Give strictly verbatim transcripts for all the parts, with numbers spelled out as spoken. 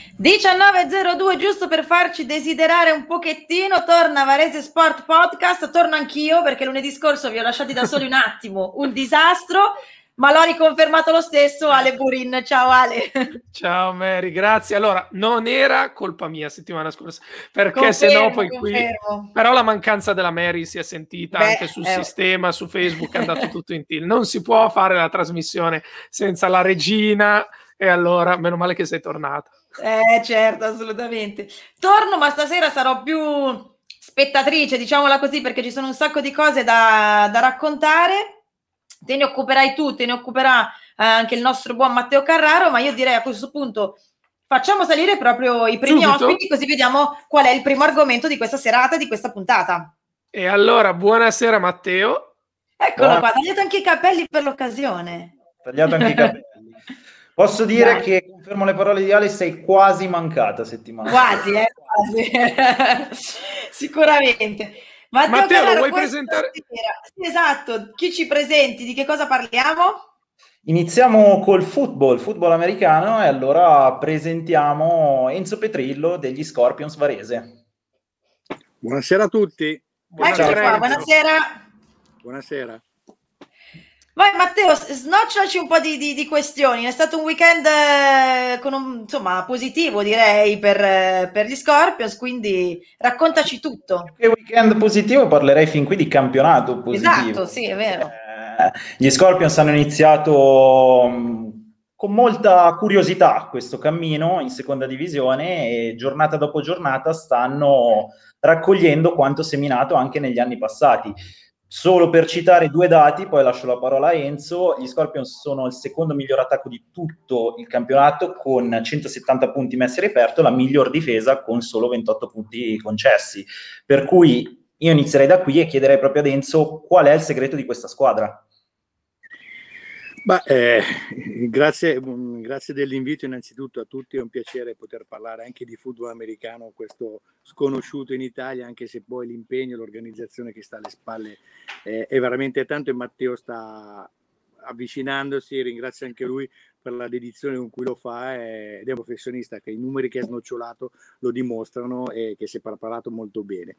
diciannove e zero due, giusto per farci desiderare un pochettino, torna Varese Sport Podcast, torno anch'io perché lunedì scorso vi ho lasciati da soli un attimo, un disastro, ma l'ho riconfermato lo stesso Ale Burin. Ciao Ale. Ciao Mary, grazie. Allora, non era colpa mia settimana scorsa, perché Confermo, sennò poi confermo. qui... Però la mancanza della Mary si è sentita Beh, anche sul eh. sistema, su Facebook, è andato tutto in tilt. Non si può fare la trasmissione senza la regina, e allora meno male che sei tornata. Eh certo, assolutamente. Torno, ma stasera sarò più spettatrice, diciamola così, perché ci sono un sacco di cose da, da raccontare. Te ne occuperai tu, te ne occuperà eh, anche il nostro buon Matteo Carraro, ma io direi a questo punto facciamo salire proprio i primi Subito? ospiti, così vediamo qual è il primo argomento di questa serata, di questa puntata. E allora, buonasera Matteo. Eccolo Buona... qua, tagliato anche i capelli per l'occasione. Tagliato anche i capelli. Posso dire Dai. che, confermo le parole di Ale, sei quasi mancata settimana. Quasi, eh, quasi. Sicuramente. Matteo, Matteo, Carraro, lo vuoi presentare? Sì, esatto, chi ci presenti? Di che cosa parliamo? Iniziamo col football, football americano, e allora presentiamo Enzo Petrillo degli Scorpions Varese. Buonasera a tutti. Buonasera. Eccoci qua, buonasera. Buonasera. Vai Matteo, snocciolaci un po' di, di, di questioni. È stato un weekend eh, con un, insomma, positivo, direi, per, eh, per gli Scorpions, quindi raccontaci tutto. Che weekend positivo, parlerei fin qui di campionato positivo. Esatto, sì, è vero. Eh, gli Scorpions hanno iniziato mh, con molta curiosità questo cammino in seconda divisione e giornata dopo giornata stanno raccogliendo quanto seminato anche negli anni passati. Solo per citare due dati, poi lascio la parola a Enzo, gli Scorpions sono il secondo miglior attacco di tutto il campionato con centosettanta punti messi a reperto, la miglior difesa con solo ventotto punti concessi. Per cui io inizierei da qui e chiederei proprio ad Enzo qual è il segreto di questa squadra. Bah, eh, grazie, grazie dell'invito innanzitutto a tutti, è un piacere poter parlare anche di football americano, questo sconosciuto in Italia, anche se poi l'impegno, l'organizzazione che sta alle spalle eh, è veramente tanto, e Matteo sta avvicinandosi, ringrazio anche lui per la dedizione con cui lo fa, eh, ed è un professionista che i numeri che ha snocciolato lo dimostrano e che si è preparato molto bene.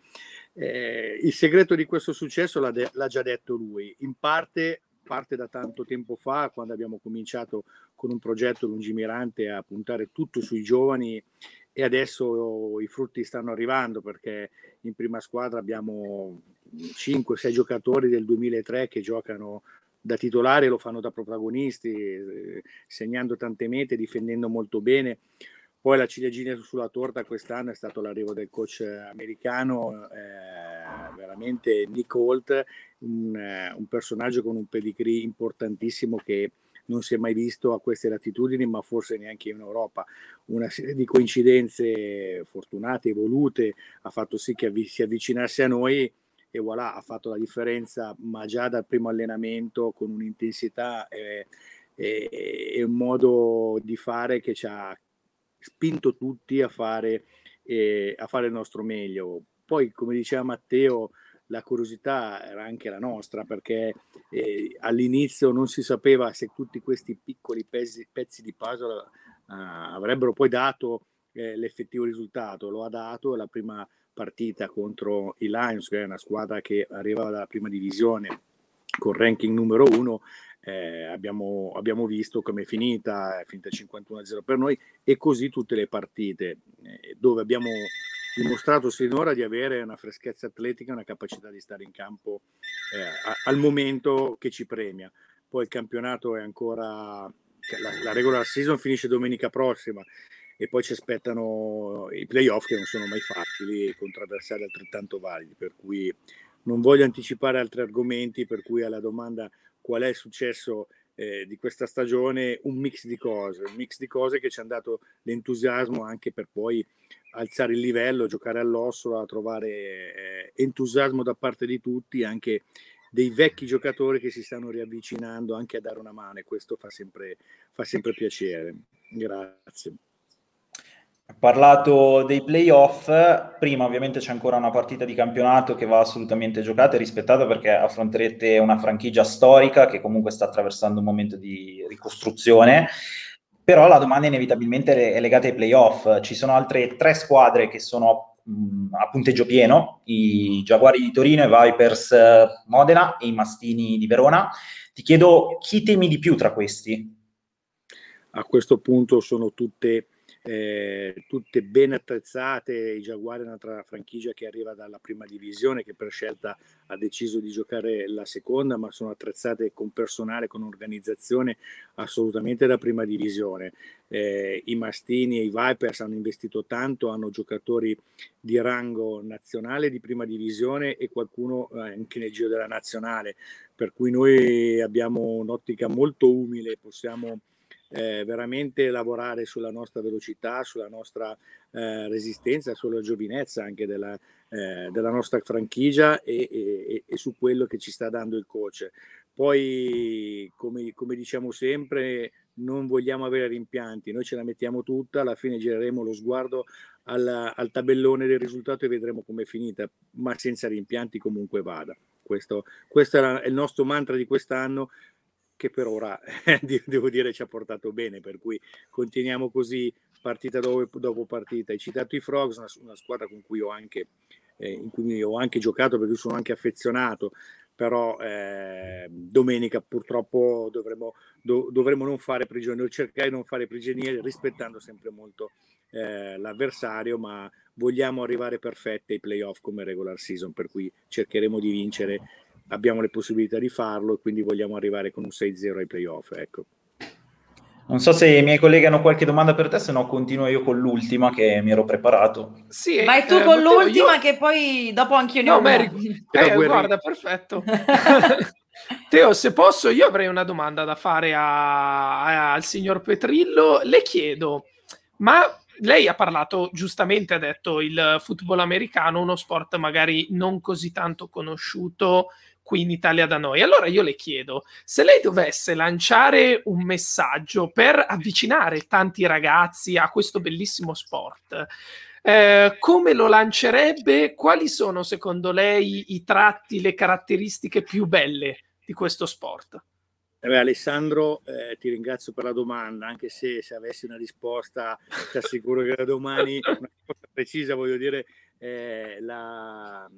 Eh, il segreto di questo successo l'ha, de- l'ha già detto lui, in parte parte da tanto tempo fa, quando abbiamo cominciato con un progetto lungimirante a puntare tutto sui giovani, e adesso i frutti stanno arrivando, perché in prima squadra abbiamo cinque sei giocatori del duemilatré che giocano da titolari e lo fanno da protagonisti, eh, segnando tante mete, difendendo molto bene. Poi la ciliegina sulla torta quest'anno è stato l'arrivo del coach americano, eh, veramente Nick Holt, un, eh, un personaggio con un pedigree importantissimo che non si è mai visto a queste latitudini, ma forse neanche in Europa. Una serie di coincidenze fortunate, evolute, ha fatto sì che avvi- si avvicinasse a noi, e voilà, ha fatto la differenza, ma già dal primo allenamento, con un'intensità e, e, e un modo di fare che ci ha spinto tutti a fare, eh, a fare il nostro meglio. Poi, come diceva Matteo, la curiosità era anche la nostra, perché eh, all'inizio non si sapeva se tutti questi piccoli pezzi, pezzi di puzzle eh, avrebbero poi dato eh, l'effettivo risultato. Lo ha dato la prima partita contro i Lions, che è una squadra che arrivava dalla prima divisione con ranking numero uno. Eh, abbiamo, abbiamo visto come è finita, è finita cinquantuno a zero per noi, e così tutte le partite, eh, dove abbiamo dimostrato sinora di avere una freschezza atletica, una capacità di stare in campo eh, a, al momento che ci premia. Poi il campionato è ancora, la, la regular season finisce domenica prossima, e poi ci aspettano i playoff, che non sono mai facili, contro avversari altrettanto validi, per cui non voglio anticipare altri argomenti, per cui alla domanda qual è il successo eh, di questa stagione, un mix di cose, un mix di cose che ci hanno dato l'entusiasmo anche per poi alzare il livello, giocare all'osso, a trovare eh, entusiasmo da parte di tutti, anche dei vecchi giocatori che si stanno riavvicinando anche a dare una mano, e questo fa sempre, fa sempre piacere. Grazie. Ha parlato dei playoff, prima ovviamente c'è ancora una partita di campionato che va assolutamente giocata e rispettata, perché affronterete una franchigia storica che comunque sta attraversando un momento di ricostruzione. però la domanda inevitabilmente è legata ai playoff. Ci sono altre tre squadre che sono mh, a punteggio pieno, i Giaguari di Torino, i Vipers eh, Modena e i Mastini di Verona. Ti chiedo chi temi di più tra questi? A questo punto sono tutte, eh, tutte ben attrezzate. I Giaguari è un'altra franchigia che arriva dalla prima divisione, che per scelta ha deciso di giocare la seconda, ma sono attrezzate con personale, con organizzazione assolutamente da prima divisione. Eh, I Mastini e i Vipers hanno investito tanto, hanno giocatori di rango nazionale di prima divisione e qualcuno anche nel giro della nazionale, per cui noi abbiamo un'ottica molto umile, possiamo Eh, veramente lavorare sulla nostra velocità, sulla nostra eh, resistenza, sulla giovinezza anche della, eh, della nostra franchigia e, e, e su quello che ci sta dando il coach. Poi, come, come diciamo sempre, non vogliamo avere rimpianti, noi ce la mettiamo tutta, alla fine gireremo lo sguardo al, al tabellone del risultato e vedremo com'è finita, ma senza rimpianti comunque vada. Questo, questo è il nostro mantra di quest'anno, che per ora devo dire ci ha portato bene, per cui continuiamo così partita dopo, dopo partita. Hai citato i Frogs, una, una squadra con cui ho anche, eh, in cui ho anche giocato, perché sono anche affezionato, però eh, domenica purtroppo dovremo, do, dovremo non fare prigionieri, cercare di non fare prigionieri, rispettando sempre molto eh, l'avversario, ma vogliamo arrivare perfetti ai playoff come regular season, per cui cercheremo di vincere. Abbiamo le possibilità di farlo e quindi vogliamo arrivare con un sei zero ai playoff, ecco. Non so se i miei colleghi hanno qualche domanda per te, se no continuo io con l'ultima che mi ero preparato. Sì, vai tu eh, con Matteo, l'ultima io... che poi dopo anch'io ne no, ho una. Mary... eh, guarda, perfetto. Teo, se posso, io avrei una domanda da fare a... A... al signor Petrillo. Le chiedo, ma lei ha parlato, giustamente ha detto, il football americano, uno sport magari non così tanto conosciuto qui in Italia da noi. Allora io le chiedo, se lei dovesse lanciare un messaggio per avvicinare tanti ragazzi a questo bellissimo sport, eh, come lo lancerebbe? Quali sono secondo lei i tratti, le caratteristiche più belle di questo sport? Eh, Alessandro, eh, ti ringrazio per la domanda, anche se se avessi una risposta ti assicuro che da domani, una risposta precisa, voglio dire, eh, la,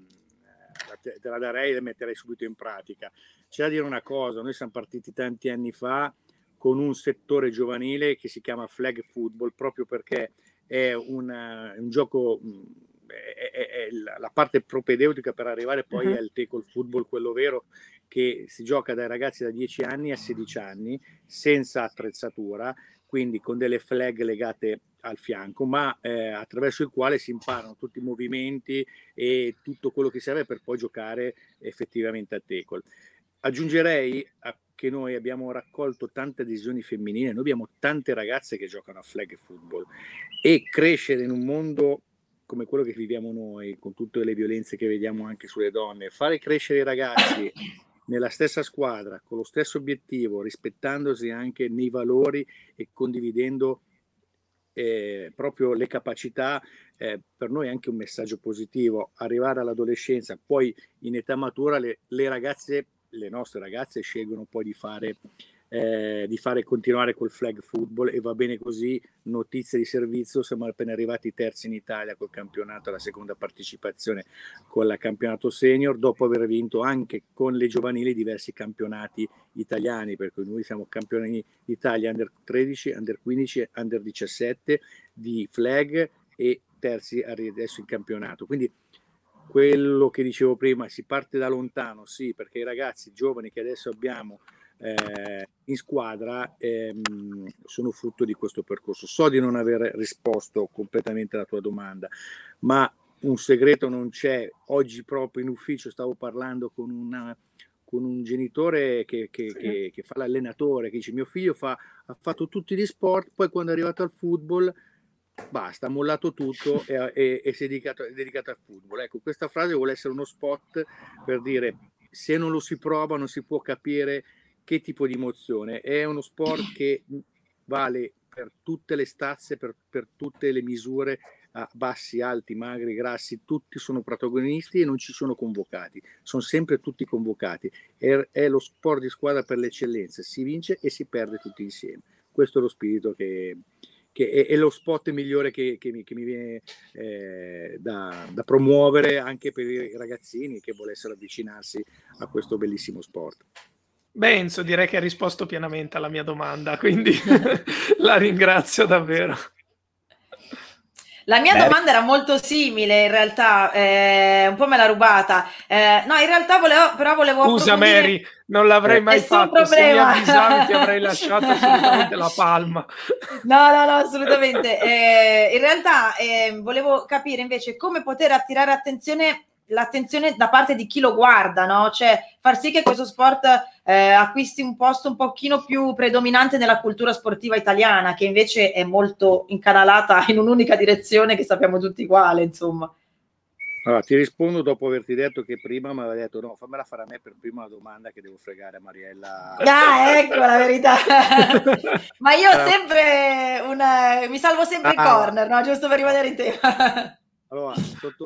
te, te la darei e la metterei subito in pratica. C'è da dire una cosa, noi siamo partiti tanti anni fa con un settore giovanile che si chiama flag football, proprio perché è una, un gioco, è, è, è la parte propedeutica per arrivare poi uh-huh. al tackle football, quello vero, che si gioca dai ragazzi da dieci anni a sedici anni, senza attrezzatura, quindi con delle flag legate al fianco, ma eh, attraverso il quale si imparano tutti i movimenti e tutto quello che serve per poi giocare effettivamente a tackle. Aggiungerei che noi abbiamo raccolto tante adesioni femminili, noi abbiamo tante ragazze che giocano a flag football, e crescere in un mondo come quello che viviamo noi, con tutte le violenze che vediamo anche sulle donne, fare crescere i ragazzi nella stessa squadra, con lo stesso obiettivo, rispettandosi anche nei valori e condividendo eh, proprio le capacità, eh, per noi è anche un messaggio positivo. Arrivare all'adolescenza, poi in età matura le, le ragazze, le nostre ragazze scelgono poi di fare Eh, di fare continuare col flag football, e va bene così. Notizie di servizio: siamo appena arrivati terzi in Italia col campionato, la seconda partecipazione con il campionato senior, dopo aver vinto anche con le giovanili diversi campionati italiani, perché noi siamo campioni d'Italia under tredici, under quindici, under diciassette di flag e terzi adesso in campionato. Quindi quello che dicevo prima, si parte da lontano, sì, perché i ragazzi giovani che adesso abbiamo Eh, in squadra ehm, sono frutto di questo percorso. So di non aver risposto completamente alla tua domanda, ma un segreto non c'è. Oggi proprio in ufficio stavo parlando con, una, con un genitore che, che, che, che fa l'allenatore, che dice: mio figlio fa, ha fatto tutti gli sport, poi quando è arrivato al football basta, ha mollato tutto e, e, e si è dedicato, è dedicato al football. Ecco, questa frase vuole essere uno spot per dire: se non lo si prova non si può capire che tipo di emozione. È uno sport che vale per tutte le stazze, per, per tutte le misure, a bassi, alti, magri, grassi, tutti sono protagonisti e non ci sono convocati, sono sempre tutti convocati. È, è lo sport di squadra per l'eccellenza, si vince e si perde tutti insieme. questo è lo spirito che, che è, è lo spot migliore che, che, mi, che mi viene eh, da, da promuovere anche per i ragazzini che volessero avvicinarsi a questo bellissimo sport. Beh, Enzo, direi che hai risposto pienamente alla mia domanda, quindi la ringrazio davvero. La mia Beh. domanda era molto simile, in realtà, eh, un po' me l'ha rubata. Eh, no, in realtà volevo, però volevo Scusa approfondire... Mary, non l'avrei mai Nessun fatto, se mi problema. avvisavi ti avrei lasciato assolutamente la palma. No, no, no, assolutamente. Eh, in realtà eh, volevo capire invece come poter attirare attenzione, l'attenzione da parte di chi lo guarda, no? Cioè far sì che questo sport eh, acquisti un posto un pochino più predominante nella cultura sportiva italiana, che invece è molto incanalata in un'unica direzione che sappiamo tutti quale, insomma. Allora, ti rispondo dopo averti detto che prima mi aveva detto no, fammela fare a me per prima la domanda che devo fregare a Mariella. Ah, ecco la verità. Ma io ho sempre una... mi salvo sempre i Ah. corner, no? Giusto per rimanere in tema. Allora, sotto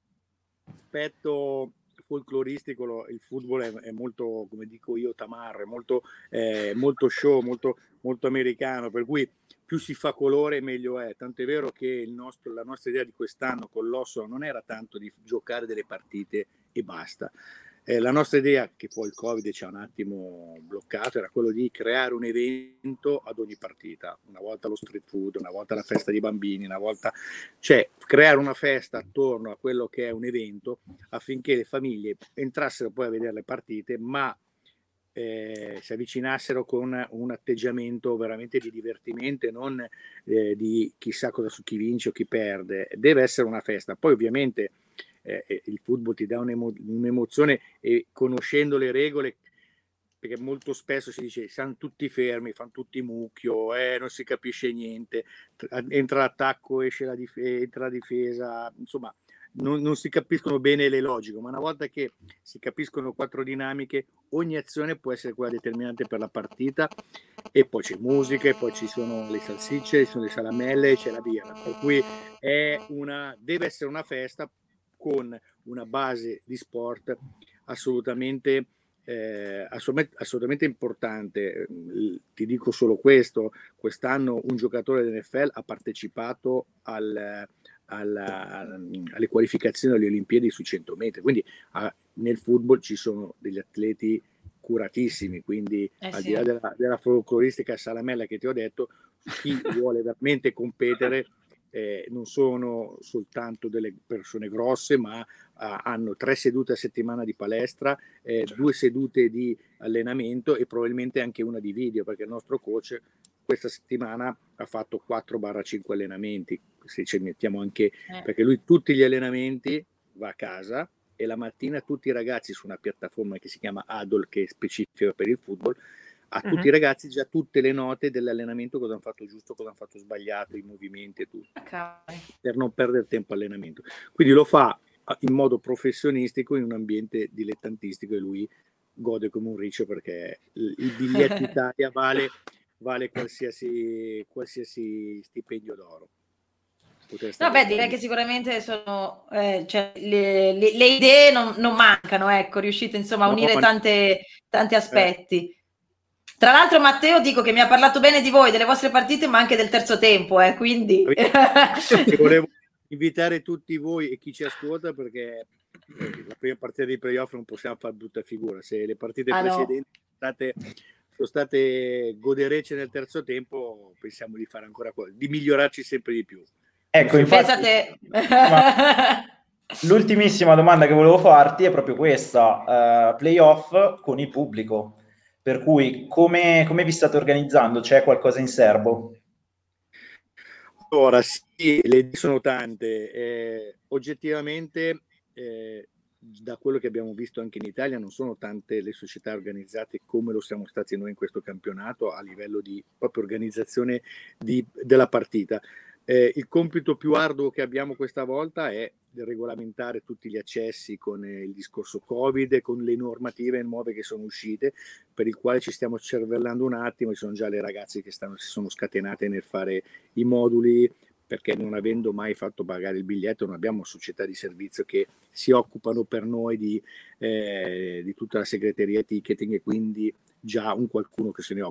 l'aspetto folcloristico lo- il football è, è molto, come dico io, tamarro, è molto, eh, molto show, molto, molto americano, per cui più si fa colore meglio è. Tant'è vero che il nostro, la nostra idea di quest'anno con l'Osso non era tanto di giocare delle partite e basta. Eh, la nostra idea, che poi il Covid ci ha un attimo bloccato, era quello di creare un evento ad ogni partita, una volta lo street food, una volta la festa dei bambini, una volta, cioè creare una festa attorno a quello che è un evento affinché le famiglie entrassero poi a vedere le partite, ma eh, si avvicinassero con un atteggiamento veramente di divertimento e non eh, di chissà cosa su chi vince o chi perde. Deve essere una festa. Poi ovviamente eh, il football ti dà un'emo- un'emozione e conoscendo le regole, perché molto spesso si dice siamo tutti fermi, fanno tutti mucchio, eh, non si capisce niente, entra l'attacco, esce la dif- entra la difesa, insomma non, non si capiscono bene le logiche, ma una volta che si capiscono quattro dinamiche, ogni azione può essere quella determinante per la partita, e poi c'è musica, e poi ci sono le salsicce, ci sono le salamelle, c'è la birra, per cui è una, deve essere una festa con una base di sport assolutamente, eh, assolutamente, assolutamente importante. Ti dico solo questo: quest'anno un giocatore dell'N F L ha partecipato al, alla, alle qualificazioni alle Olimpiadi sui cento metri, quindi a, nel football ci sono degli atleti curatissimi, quindi Eh al sì. di là della, della folcloristica salamella che ti ho detto, chi vuole veramente competere Eh, non sono soltanto delle persone grosse, ma uh, hanno tre sedute a settimana di palestra, eh, certo. due sedute di allenamento e probabilmente anche una di video, perché il nostro coach questa settimana ha fatto quattro cinque allenamenti, se ci mettiamo anche, eh. perché lui tutti gli allenamenti va a casa e la mattina tutti i ragazzi su una piattaforma che si chiama Adol, che è specifica per il football, a tutti uh-huh. i ragazzi già tutte le note dell'allenamento, cosa hanno fatto giusto, cosa hanno fatto sbagliato, i movimenti e tutto, okay. per non perdere tempo allenamento. Quindi lo fa in modo professionistico in un ambiente dilettantistico e lui gode come un riccio, perché il biglietto Italia vale, vale qualsiasi, qualsiasi stipendio d'oro. Vabbè, direi che sicuramente sono, eh, cioè, le, le, le idee non, non mancano, ecco, riuscite insomma a no, unire ma... tante, tanti aspetti. Eh. Tra l'altro Matteo dico che mi ha parlato bene di voi, delle vostre partite, ma anche del terzo tempo, eh, quindi... Ti volevo invitare tutti voi e chi ci ascolta, perché la prima partita dei playoff non possiamo fare brutta figura. Se le partite ah, precedenti no. sono, state, sono state goderecce nel terzo tempo, pensiamo di fare ancora qualcosa, di migliorarci sempre di più. Ecco, infatti... L'ultimissima domanda che volevo farti è proprio questa, uh, playoff con il pubblico. Per cui come, come vi state organizzando? C'è qualcosa in serbo? Ora sì, le idee sono tante. Eh, oggettivamente, eh, da quello che abbiamo visto anche in Italia, non sono tante le società organizzate come lo siamo stati noi in questo campionato a livello di proprio organizzazione di, della partita. Eh, il compito più arduo che abbiamo questa volta è regolamentare tutti gli accessi con eh, il discorso Covid e con le normative nuove che sono uscite, per il quale ci stiamo cervellando un attimo. Ci sono già le ragazze che stanno, si sono scatenate nel fare i moduli, perché non avendo mai fatto pagare il biglietto non abbiamo società di servizio che si occupano per noi di, eh, di tutta la segreteria ticketing, e quindi già un qualcuno che se ne occupa.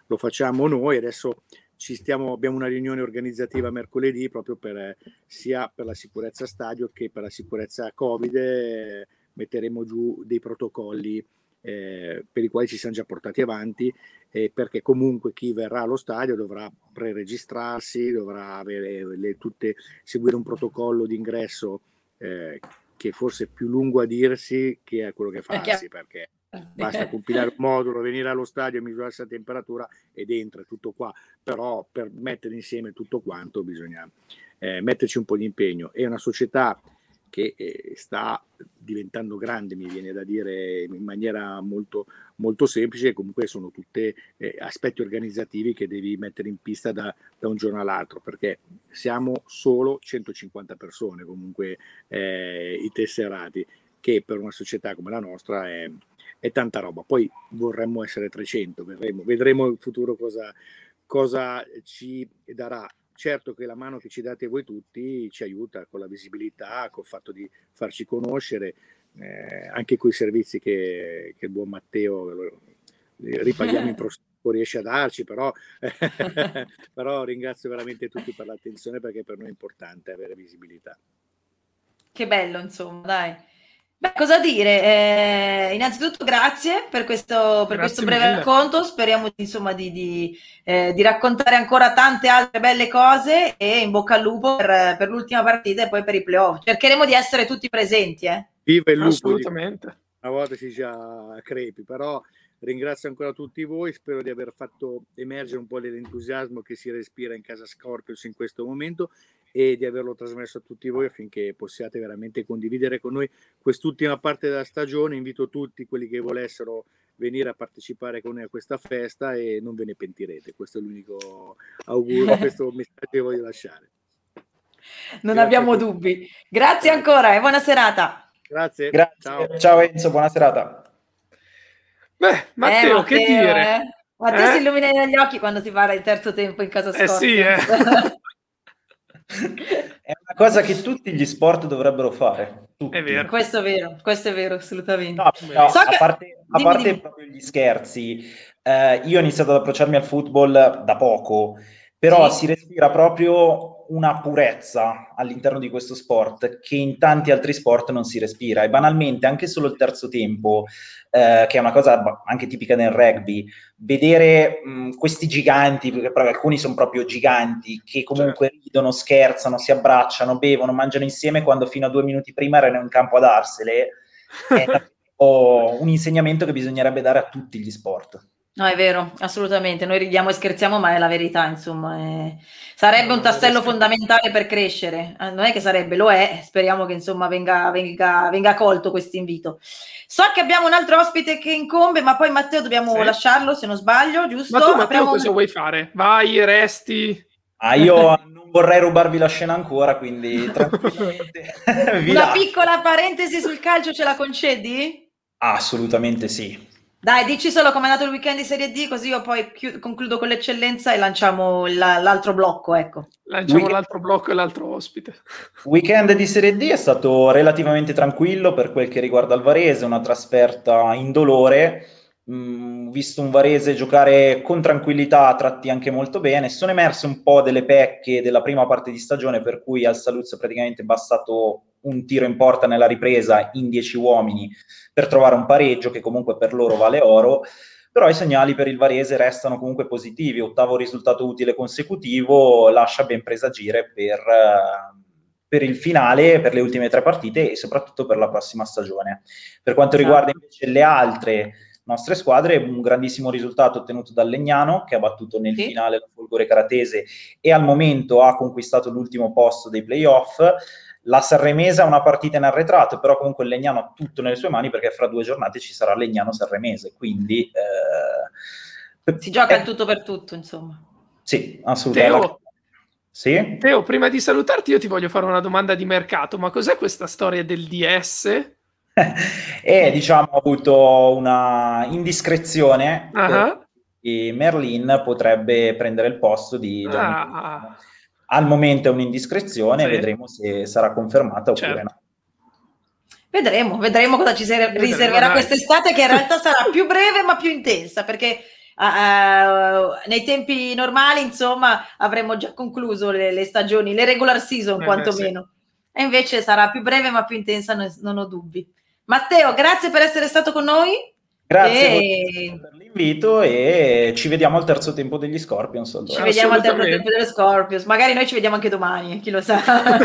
lo facciamo noi. Adesso ci stiamo, abbiamo una riunione organizzativa mercoledì proprio per sia per la sicurezza stadio che per la sicurezza Covid. Eh, metteremo giù dei protocolli eh, per i quali ci siamo già portati avanti, eh, perché comunque chi verrà allo stadio dovrà pre-registrarsi, dovrà avere le, tutte, seguire un protocollo di ingresso eh, che forse è più lungo a dirsi che a quello che farsi, perché basta compilare un modulo, venire allo stadio, misurarsi la temperatura ed entra tutto qua. Però per mettere insieme tutto quanto bisogna eh, metterci un po' di impegno. È una società che eh, sta diventando grande, mi viene da dire in maniera molto, molto semplice. Comunque sono tutti eh, aspetti organizzativi che devi mettere in pista da, da un giorno all'altro, perché siamo solo centocinquanta persone comunque eh, i tesserati, che per una società come la nostra è, è tanta roba. Poi vorremmo essere trecento, vedremo, vedremo in futuro cosa, cosa ci darà. Certo che la mano che ci date voi tutti ci aiuta con la visibilità, col fatto di farci conoscere, eh, anche con i servizi che, che il buon Matteo ripaghiamo in prossimo riesce a darci, però, però ringrazio veramente tutti per l'attenzione, perché per noi è importante avere visibilità. Che bello, insomma, dai. Beh, cosa dire? Eh, innanzitutto grazie per questo, per questo breve mille. racconto. Speriamo insomma di, di, eh, di raccontare ancora tante altre belle cose, e in bocca al lupo per, per l'ultima partita e poi per i playoff. Cercheremo di essere tutti presenti. Eh. Viva il lupo! Assolutamente. Una volta si già crepi, però ringrazio ancora tutti voi, spero di aver fatto emergere un po' dell'entusiasmo che si respira in casa Scorpions in questo momento, e di averlo trasmesso a tutti voi affinché possiate veramente condividere con noi quest'ultima parte della stagione. Invito tutti quelli che volessero venire a partecipare con noi a questa festa, e non ve ne pentirete. Questo è l'unico augurio, questo messaggio che voglio lasciare. Non Grazie abbiamo dubbi. Grazie ancora e buona serata. Grazie. Grazie. Ciao. Ciao Enzo, buona serata. Beh, Matteo, eh, Matteo che dire? Eh? Matteo eh? si illumina negli occhi quando si parla il terzo tempo in casa Scorpions. Eh sì, eh. È una cosa che tutti gli sport dovrebbero fare. Tutti. È vero. Questo è vero, questo è vero, assolutamente. No, no, so a che... parte, a dimmi, parte dimmi. proprio gli scherzi, eh, io ho iniziato ad approcciarmi al football da poco, però sì. si respira proprio una purezza all'interno di questo sport che in tanti altri sport non si respira, e banalmente anche solo il terzo tempo, eh, che è una cosa anche tipica nel rugby, vedere mh, questi giganti, perché però alcuni sono proprio giganti, che comunque certo. ridono, scherzano, si abbracciano, bevono, mangiano insieme, quando fino a due minuti prima erano in campo a darsele, è un insegnamento che bisognerebbe dare a tutti gli sport. No, è vero, assolutamente. Noi ridiamo e scherziamo, ma è la verità, insomma. È... Sarebbe un tassello fondamentale per crescere. Non è che sarebbe, lo è. Speriamo che, insomma, venga, venga, venga colto questo invito. So che abbiamo un altro ospite che incombe, ma poi Matteo dobbiamo sì. lasciarlo, se non sbaglio, giusto? Ma tu, Matteo, Apriamo... cosa vuoi fare? Vai, resti? Ah, io non vorrei rubarvi la scena ancora, quindi tranquillamente. Una piccola parentesi sul calcio ce la concedi? Assolutamente sì. Dai, dici solo com'è andato il weekend di Serie D, così io poi chiud- concludo con l'eccellenza e lanciamo la- l'altro blocco, ecco. Lanciamo weekend... l'altro blocco e l'altro ospite. Weekend di Serie D è stato relativamente tranquillo per quel che riguarda il Varese, una trasferta indolore. Mm, visto un Varese giocare con tranquillità, a tratti anche molto bene. Sono emerse un po' delle pecche della prima parte di stagione, per cui al Saluzzo è praticamente bastato un tiro in porta nella ripresa in dieci uomini per trovare un pareggio che comunque per loro vale oro, però i segnali per il Varese restano comunque positivi. Ottavo risultato utile consecutivo lascia ben presagire per, per il finale, per le ultime tre partite e soprattutto per la prossima stagione. Per quanto riguarda invece le altre nostre squadre, un grandissimo risultato ottenuto dal Legnano, che ha battuto nel sì. finale la Folgore Caratese e al momento ha conquistato l'ultimo posto dei playoff. La Sanremese ha una partita in arretrato, però comunque il Legnano ha tutto nelle sue mani, perché fra due giornate ci sarà Legnano-Sanremese, quindi eh, si gioca il tutto per tutto, insomma. Sì, assolutamente. Teo, sì? Teo, prima di salutarti io ti voglio fare una domanda di mercato, ma cos'è questa storia del D S? E diciamo ha avuto una indiscrezione uh-huh. e Merlin potrebbe prendere il posto di Gianni. Ah. Al momento è un'indiscrezione, sì. vedremo se sarà confermata certo. oppure no. Vedremo, vedremo cosa ci ser- riserverà quest'estate, che in realtà sarà più breve ma più intensa, perché uh, nei tempi normali, insomma, avremmo già concluso le, le stagioni, le regular season eh, quantomeno. Sì. E invece sarà più breve ma più intensa, non, non ho dubbi. Matteo, grazie per essere stato con noi. Grazie e... per l'invito e ci vediamo al terzo tempo degli Scorpions. Allora. Ci vediamo al terzo tempo delle Scorpions. Magari noi ci vediamo anche domani, chi lo sa.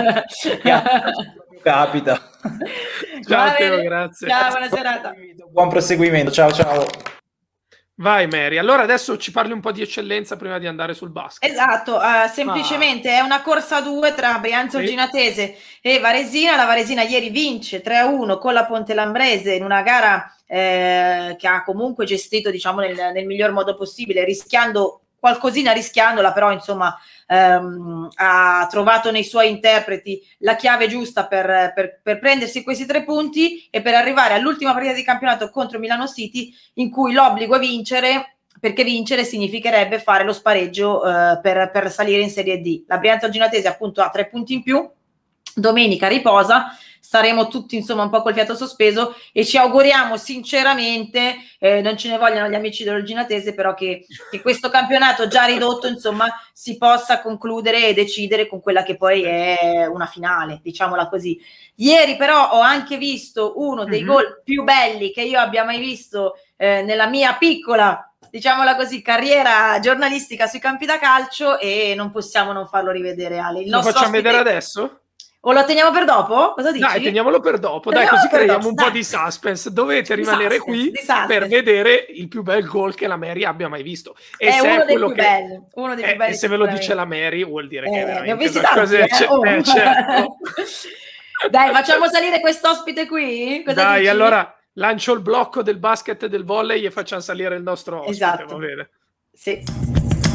Capita. Ciao Teo, grazie. Ciao, buona serata. Buon proseguimento. Ciao, ciao. Vai Mary, allora adesso ci parli un po' di eccellenza prima di andare sul basket. Esatto, uh, semplicemente ah. è una corsa a due tra Brianza Ginatese sì. e Varesina. La Varesina ieri vince tre a uno con la Ponte Lambrese in una gara eh, che ha comunque gestito, diciamo, nel, nel miglior modo possibile, rischiando qualcosina, rischiandola, però insomma ehm, ha trovato nei suoi interpreti la chiave giusta per, per, per prendersi questi tre punti e per arrivare all'ultima partita di campionato contro Milano City, in cui l'obbligo è vincere, perché vincere significherebbe fare lo spareggio eh, per, per salire in Serie D. La Brianza Ginatese appunto ha tre punti in più, domenica riposa, staremo tutti insomma un po' col fiato sospeso e ci auguriamo sinceramente, eh, non ce ne vogliono gli amici dello Ginatese, però che, che questo campionato già ridotto insomma si possa concludere e decidere con quella che poi è una finale, diciamola così. Ieri però ho anche visto uno dei mm-hmm. gol più belli che io abbia mai visto eh, nella mia piccola, diciamola così, carriera giornalistica sui campi da calcio, e non possiamo non farlo rivedere, Ale. Il Lo facciamo ospite... vedere adesso? O lo teniamo per dopo? Cosa dici? Dai, teniamolo per dopo. Teniamo Dai, così creiamo dopo. un Dai. po' di suspense. Dovete di rimanere suspense, qui per vedere il più bel gol che la Mary abbia mai visto. E è se uno è dei più che... belli. Uno dei eh, più belli. E se ve lo dice la Mary, vuol dire eh, che è veramente... Ne ho visti tanti, eh? C- oh. eh, certo. Dai, facciamo salire quest'ospite qui? Cosa Dai, dici? allora lancio il blocco del basket e del volley e facciamo salire il nostro ospite. Esatto. Va bene? Sì.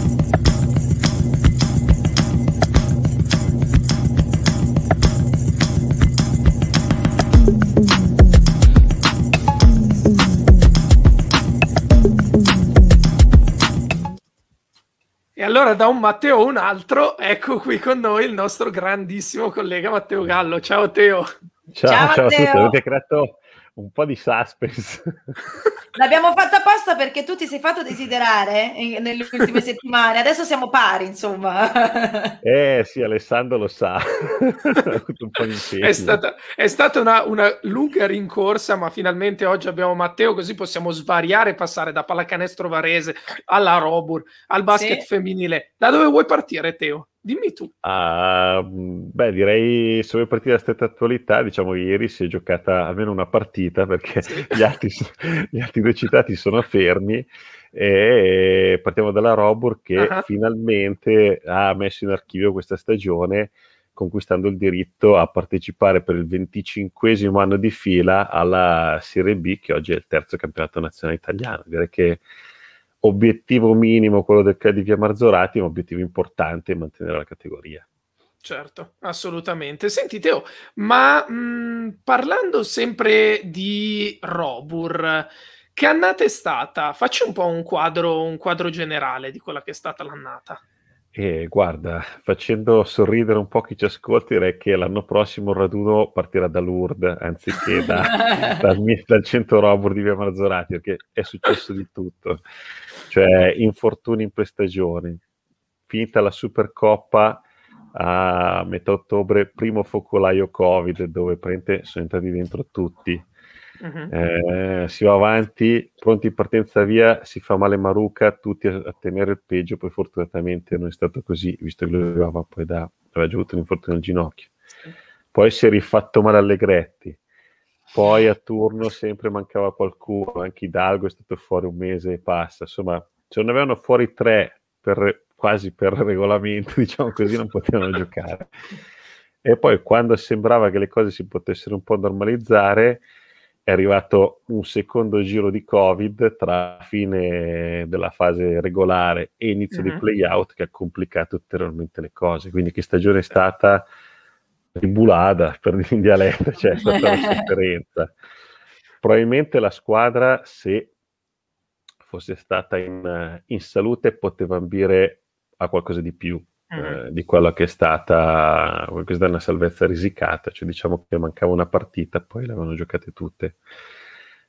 E allora da un Matteo a un altro, ecco qui con noi il nostro grandissimo collega Matteo Gallo. Ciao Teo. Ciao, ciao, ciao a Matteo. tutti, avete creato un po' di suspense. L'abbiamo fatta apposta perché tu ti sei fatto desiderare in, nelle ultime settimane, adesso siamo pari, insomma. Eh sì, Alessandro lo sa. un po' di è stata, è stata una, una lunga rincorsa, ma finalmente oggi abbiamo Matteo, così possiamo svariare e passare da pallacanestro Varese alla Robur, al basket sì. femminile. Da dove vuoi partire, Teo? Dimmi tu. Uh, beh, direi se vuoi partire da stretta attualità, diciamo ieri si è giocata almeno una partita, perché sì. gli, altri, gli altri due citati sono fermi, e partiamo dalla Robur che uh-huh. finalmente ha messo in archivio questa stagione, conquistando il diritto a partecipare per il venticinquesimo anno di fila alla Serie B, che oggi è il terzo campionato nazionale italiano. Direi che obiettivo minimo quello del C A di Via Marzorati, ma obiettivo importante è mantenere la categoria. Certo, assolutamente. Senti Teo, ma mh, parlando sempre di Robur, che annata è stata? Facci un po' un quadro, un quadro generale di quella che è stata l'annata. E guarda, facendo sorridere un po' chi ci ascolta, direi che l'anno prossimo il raduno partirà da Lourdes anziché da, dal, dal centro Robur di Via Marzorati, perché è successo di tutto, cioè infortuni in prestagioni, finita la Supercoppa a metà ottobre, primo focolaio Covid dove praticamente sono entrati dentro tutti. Uh-huh. Eh, si va avanti, pronti in partenza via, si fa male Maruca, tutti a, a tenere il peggio. Poi fortunatamente non è stato così, visto che lui aveva poi da, aveva già avuto un infortunio al ginocchio. Poi si è rifatto male Allegretti, poi a turno sempre mancava qualcuno, anche Hidalgo è stato fuori un mese e passa, insomma se non avevano fuori tre per, quasi per regolamento, diciamo così, non potevano giocare. E poi quando sembrava che le cose si potessero un po' normalizzare, è arrivato un secondo giro di Covid tra fine della fase regolare e inizio uh-huh. dei play-out, che ha complicato ulteriormente le cose. Quindi che stagione è stata ribulata, per dire in dialetto, cioè è stata una sofferenza. Probabilmente la squadra, se fosse stata in, in salute, poteva ambire a qualcosa di più uh-huh. eh, di quello che è stata questa è una salvezza risicata, cioè diciamo che mancava una partita, poi le avevano giocate tutte.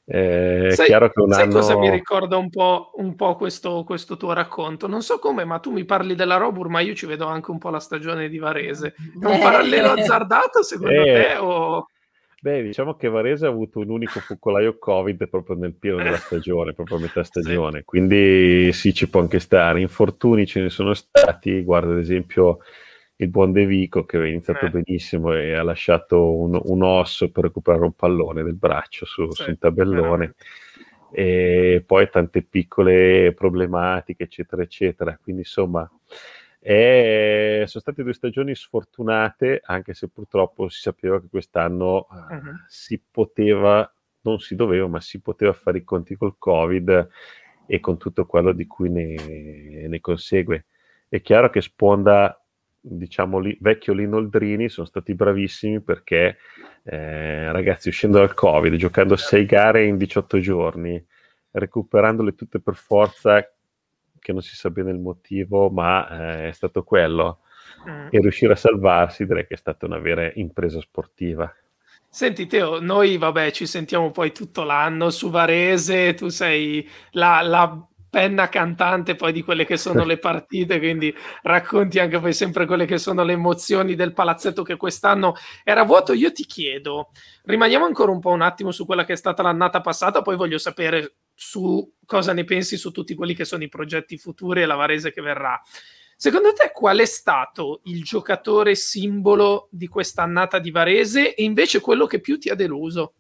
Eh, è sai, chiaro che un sai anno... cosa mi ricorda un po', un po' questo, questo tuo racconto? Non so come, ma tu mi parli della Robur, ma io ci vedo anche un po' la stagione di Varese. È un parallelo azzardato secondo Eh, te? O... Beh, diciamo che Varese ha avuto un unico focolaio Covid proprio nel pieno della stagione, proprio a metà stagione, sì. Quindi sì, ci può anche stare. Infortuni ce ne sono stati, guarda ad esempio il buon De Vico che è iniziato eh. benissimo e ha lasciato un, un osso per recuperare un pallone del braccio su, sì, su un tabellone. Veramente. E poi tante piccole problematiche, eccetera, eccetera. Quindi insomma... E sono state due stagioni sfortunate, anche se purtroppo si sapeva che quest'anno uh-huh. uh, si poteva, non si doveva, ma si poteva fare i conti col Covid e con tutto quello di cui ne, ne consegue. È chiaro che Sponda, diciamo, li, vecchio Linoldrini sono stati bravissimi perché eh, ragazzi, uscendo dal Covid, giocando sei gare in diciotto giorni, recuperandole tutte per forza, che non si sa bene il motivo, ma eh, è stato quello, mm. e riuscire a salvarsi direi che è stata una vera impresa sportiva. Senti Teo, noi vabbè ci sentiamo poi tutto l'anno su Varese, tu sei la, la penna cantante poi di quelle che sono le partite, quindi racconti anche poi sempre quelle che sono le emozioni del palazzetto che quest'anno era vuoto. Io ti chiedo, rimaniamo ancora un po' un attimo su quella che è stata l'annata passata, poi voglio sapere su cosa ne pensi su tutti quelli che sono i progetti futuri e la Varese che verrà. Secondo te qual è stato il giocatore simbolo di quest'annata di Varese e invece quello che più ti ha deluso?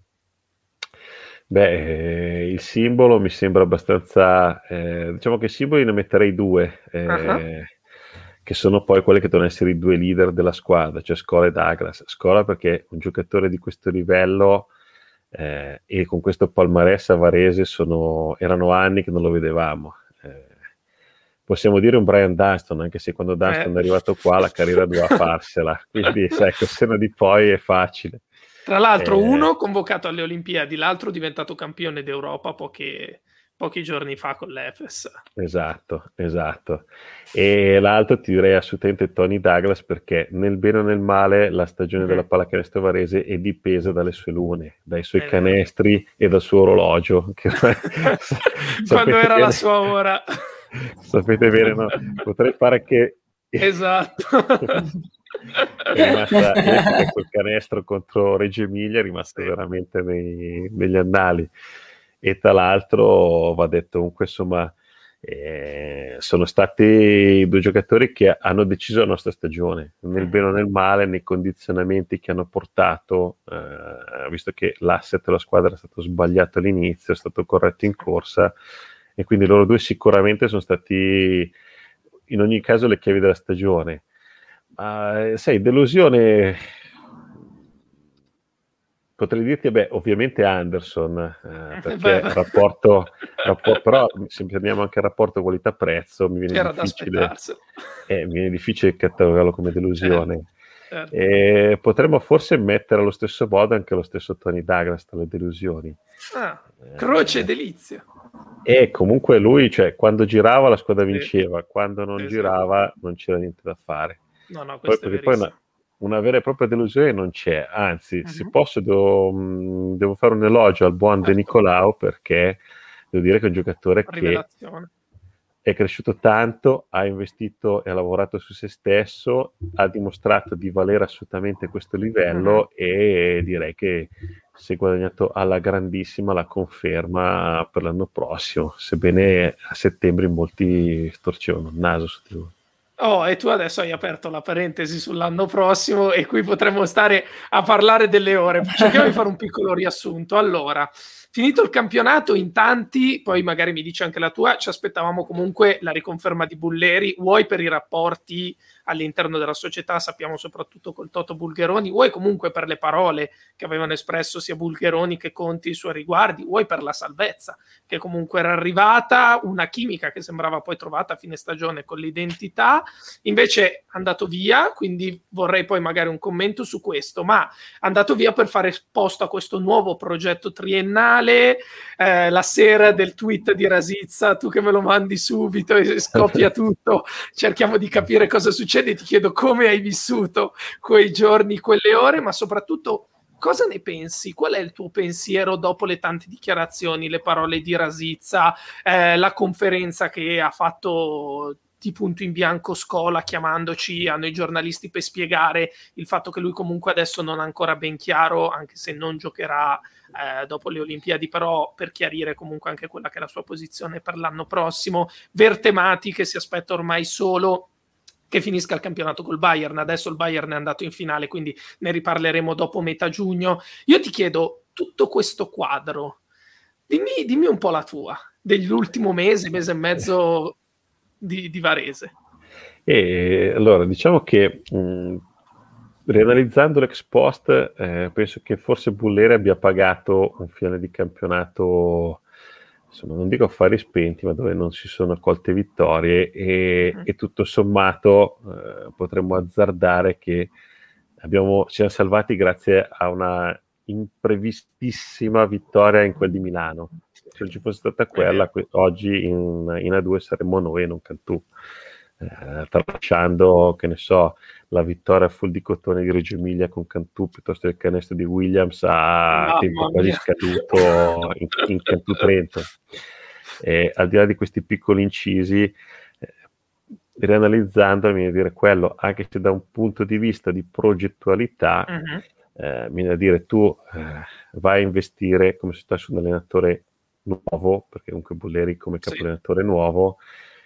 Beh, il simbolo mi sembra abbastanza... Eh, diciamo che simboli ne metterei due, eh, uh-huh. che sono poi quelli che devono essere i due leader della squadra, cioè Scola e Douglas. Scola perché un giocatore di questo livello... Eh, e con questo palmarès a Varese sono, erano anni che non lo vedevamo. Eh, possiamo dire un Brian Dunston, anche se quando Dunston eh. è arrivato qua la carriera doveva farsela, quindi sai, col senno di poi è facile. Tra l'altro eh, uno convocato alle Olimpiadi, l'altro diventato campione d'Europa pochi, pochi giorni fa con l'Efes. Esatto, esatto. E l'altro ti direi assolutamente Tony Douglas, perché nel bene o nel male la stagione mm-hmm. della pallacanestro Varese è dipesa dalle sue lune, dai suoi eh, canestri e dal suo orologio. Che, quando era bene, la sua ora. Sapete bene, no? Potrei fare che... Esatto. È rimasta epica quel canestro contro Reggio Emilia, è rimasto sì. veramente nei, negli annali. E tra l'altro va detto comunque insomma eh, sono stati due giocatori che hanno deciso la nostra stagione nel bene o nel male, nei condizionamenti che hanno portato, eh, visto che l'asset della squadra è stato sbagliato all'inizio, è stato corretto in corsa, e quindi loro due sicuramente sono stati in ogni caso le chiavi della stagione. Ma sai, delusione potrei dirti, beh, ovviamente Anderson, eh, perché il rapporto, rapporto, però se prendiamo anche il rapporto qualità-prezzo, mi viene C'era difficile, eh, mi viene difficile catalogarlo come delusione. Eh, certo. E potremmo forse mettere allo stesso modo anche lo stesso Tony Douglas tra le delusioni. Ah, croce e delizia. E comunque lui, cioè, quando girava la squadra vinceva, sì. quando non sì, girava sì. non c'era niente da fare. No, no, questo poi, è poi una, una vera e propria delusione non c'è, anzi, uh-huh. se posso devo, mh, devo fare un elogio al buon certo. De Nicolao, perché devo dire che è un giocatore che è cresciuto tanto, ha investito e ha lavorato su se stesso, ha dimostrato di valere assolutamente questo livello uh-huh. e direi che si è guadagnato alla grandissima la conferma per l'anno prossimo, sebbene a settembre in molti storcevano il naso su di lui. Oh, e tu adesso hai aperto la parentesi sull'anno prossimo e qui potremmo stare a parlare delle ore. Cerchiamo di fare un piccolo riassunto. Allora, finito il campionato, in tanti, poi magari mi dici anche la tua, ci aspettavamo comunque la riconferma di Bulleri, vuoi per i rapporti all'interno della società, sappiamo soprattutto col Toto Bulgheroni, vuoi comunque per le parole che avevano espresso sia Bulgheroni che Conti i suoi riguardi, vuoi per la salvezza che comunque era arrivata, una chimica che sembrava poi trovata a fine stagione con l'identità, invece è andato via, quindi vorrei poi magari un commento su questo, ma è andato via per fare posto a questo nuovo progetto triennale, eh, la sera del tweet di Rasizza, tu che me lo mandi subito e scoppia tutto, cerchiamo di capire cosa succede. Ti chiedo come hai vissuto quei giorni, quelle ore, ma soprattutto cosa ne pensi? Qual è il tuo pensiero dopo le tante dichiarazioni, le parole di Rasizza, eh, la conferenza che ha fatto di punto in bianco Scola chiamandoci a noi giornalisti per spiegare il fatto che lui comunque adesso non ha ancora ben chiaro, anche se non giocherà eh, dopo le Olimpiadi, però per chiarire comunque anche quella che è la sua posizione per l'anno prossimo. Vertemati che si aspetta ormai solo che finisca il campionato col Bayern, adesso il Bayern è andato in finale, quindi ne riparleremo dopo metà giugno. Io ti chiedo, tutto questo quadro, dimmi, dimmi un po' la tua, dell'ultimo mese, mese e mezzo di, di Varese. E allora, diciamo che mh, rianalizzando l'ex post, eh, penso che forse Bulleri abbia pagato un finale di campionato, insomma, non dico affari spenti, ma dove non si sono accolte vittorie e, mm. e tutto sommato eh, potremmo azzardare che abbiamo, ci siamo salvati grazie a una imprevistissima vittoria in quel di Milano. Se non ci fosse stata quella, que- oggi in, in A due saremmo noi e non Cantù. Eh, tralasciando, che ne so, la vittoria full di cotone di Reggio Emilia con Cantù piuttosto che il canestro di Williams a tempo quasi scaduto in, in Cantù Trento. E al di là di questi piccoli incisi, eh, rianalizzando, mi viene a dire quello, anche se da un punto di vista di progettualità, uh-huh. eh, mi viene a dire tu eh, vai a investire come se stessi un allenatore nuovo, perché comunque Bulleri come capoallenatore sì. nuovo,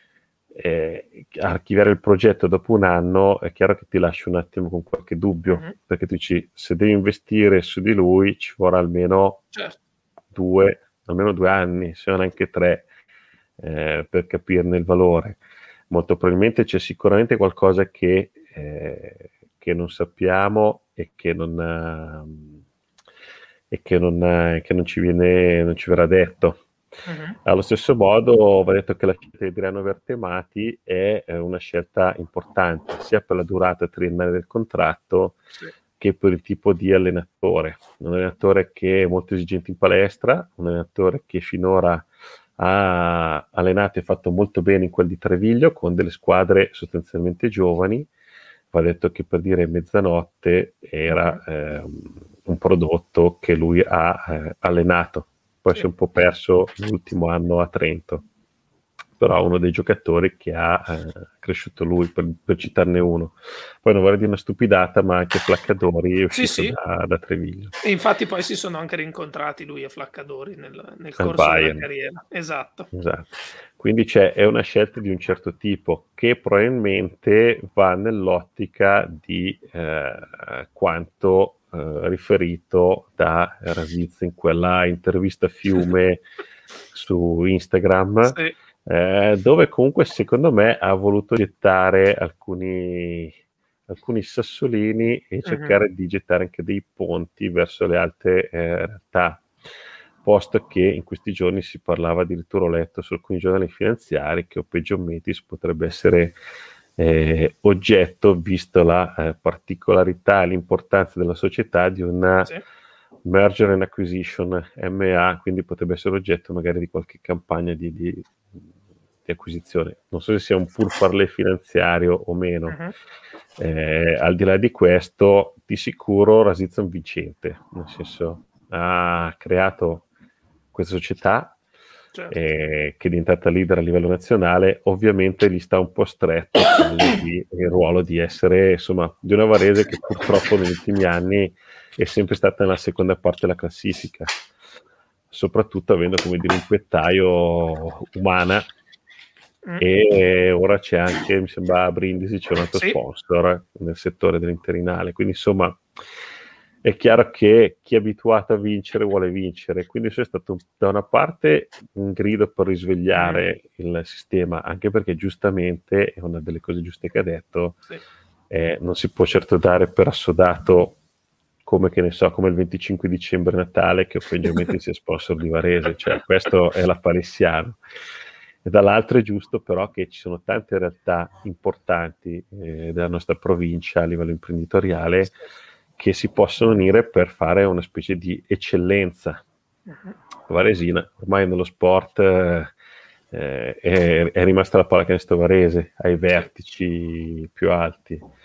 eh, archiviare il progetto dopo un anno è chiaro che ti lasci un attimo con qualche dubbio, mm-hmm. perché tu dici se devi investire su di lui ci vorrà almeno certo. due almeno due anni, se non anche tre, eh, per capirne il valore. Molto probabilmente c'è sicuramente qualcosa che, eh, che non sappiamo e che non uh, e che non, uh, che non ci viene non ci verrà detto. Uh-huh. Allo stesso modo va detto che la scelta di Adriano Vertemati è eh, una scelta importante sia per la durata triennale del contratto sì. che per il tipo di allenatore, un allenatore che è molto esigente in palestra, un allenatore che finora ha allenato e fatto molto bene in quel di Treviglio con delle squadre sostanzialmente giovani. Va detto che per dire Mezzanotte era eh, un prodotto che lui ha eh, allenato, poi sì. si è un po' perso l'ultimo anno a Trento, però uno dei giocatori che ha eh, cresciuto lui, per, per citarne uno. Poi non vorrei dire una stupidata, ma anche Flaccadori è uscito sì, sì. Da, da Treviglio. E infatti poi si sono anche rincontrati lui e Flaccadori nel, nel corso della carriera. Esatto. esatto. Quindi c'è, è una scelta di un certo tipo che probabilmente va nell'ottica di eh, quanto eh, riferito da Rasizza in quella intervista fiume su Instagram. Sì. Eh, dove comunque secondo me ha voluto gettare alcuni, alcuni sassolini e cercare uh-huh. di gettare anche dei ponti verso le altre eh, realtà, posto che in questi giorni si parlava addirittura, ho letto su alcuni giornali finanziari, che Opeggio Metis potrebbe essere eh, oggetto, visto la eh, particolarità e l'importanza della società, di una sì. merger and acquisition M A, quindi potrebbe essere oggetto magari di qualche campagna di, di, di acquisizione. Non so se sia un pourparlers finanziario o meno. Uh-huh. Eh, al di là di questo, di sicuro Rasizza è un vincente, nel senso ha creato questa società certo. eh, che è diventata leader a livello nazionale. Ovviamente gli sta un po' stretto il, il ruolo di essere, insomma, di una Varese che purtroppo negli ultimi anni è sempre stata nella seconda parte della classifica, soprattutto avendo, come dire, un pettaio umana mm. e ora c'è anche, mi sembra a Brindisi c'è un altro sì. sponsor nel settore dell'interinale, quindi insomma è chiaro che chi è abituato a vincere vuole vincere, quindi c'è stato un, da una parte un grido per risvegliare mm. il sistema, anche perché giustamente è una delle cose giuste che ha detto, sì. eh, non si può certo dare per assodato come che ne so, come il venticinque dicembre Natale che ovviamente sia sponsor di Varese, cioè questo è l'appariziano. E dall'altro è giusto però che ci sono tante realtà importanti eh, della nostra provincia a livello imprenditoriale che si possono unire per fare una specie di eccellenza varesina. Ormai nello sport eh, è, è rimasta la pallacanestro Varese ai vertici più alti.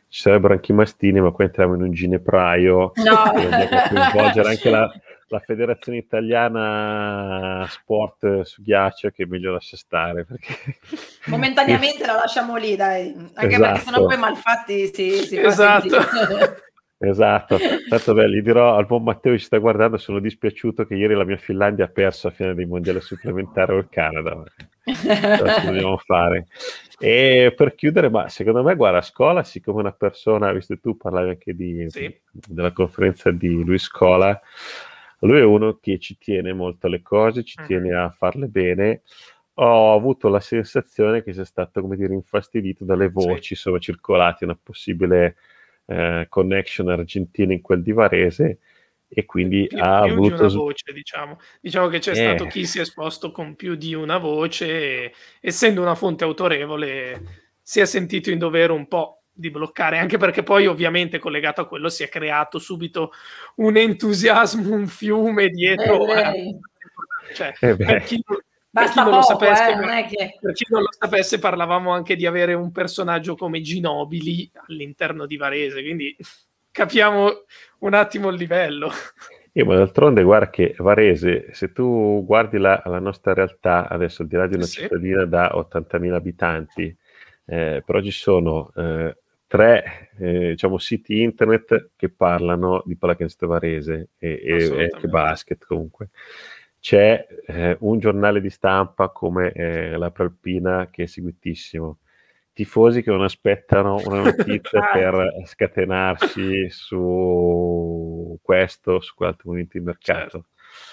ci sarebbero anche i mastini, ma qua entriamo in un ginepraio, no. dobbiamo coinvolgere anche la, la federazione italiana sport su ghiaccio, che è meglio lascia stare, perché momentaneamente la lasciamo lì, dai, anche esatto. perché sennò poi malfatti si, si fa Esatto. Esatto, tanto beh, gli dirò al buon Matteo che ci sta guardando, sono dispiaciuto che ieri la mia Finlandia ha perso a fine dei mondiali supplementari o il Canada, cosa dobbiamo fare? E per chiudere, ma secondo me, guarda, a scuola, siccome una persona, visto che tu parlavi anche di, Sì. della conferenza di Luis Scola, lui è uno che ci tiene molto alle cose, ci Mhm. tiene a farle bene. Ho avuto la sensazione che sia stato, come dire, infastidito dalle voci, Sì. sono circolati una possibile eh, connection argentina in quel di Varese, e quindi più, ha più voluto... di una voce, diciamo. Diciamo che c'è Eh. stato chi si è esposto con più di una voce e, essendo una fonte autorevole, si è sentito in dovere un po' di bloccare, anche perché poi ovviamente collegato a quello si è creato subito un entusiasmo, un fiume dietro. Eh, cioè, Eh per chi, per basta chi non lo poco, sapesse, eh, non è che... per chi non lo sapesse, parlavamo anche di avere un personaggio come Ginobili all'interno di Varese, quindi capiamo un attimo il livello. Io, ma d'altronde, guarda che Varese, se tu guardi la, la nostra realtà adesso, al di là di una Sì. cittadina da ottantamila abitanti, eh, però ci sono eh, tre eh, diciamo siti internet che parlano di pallacanestro Varese e, e, e anche basket comunque. C'è eh, un giornale di stampa come eh, la Prealpina, che è seguitissimo, tifosi che non aspettano una notizia per scatenarsi su questo, su quell'altro momento di mercato. Certo.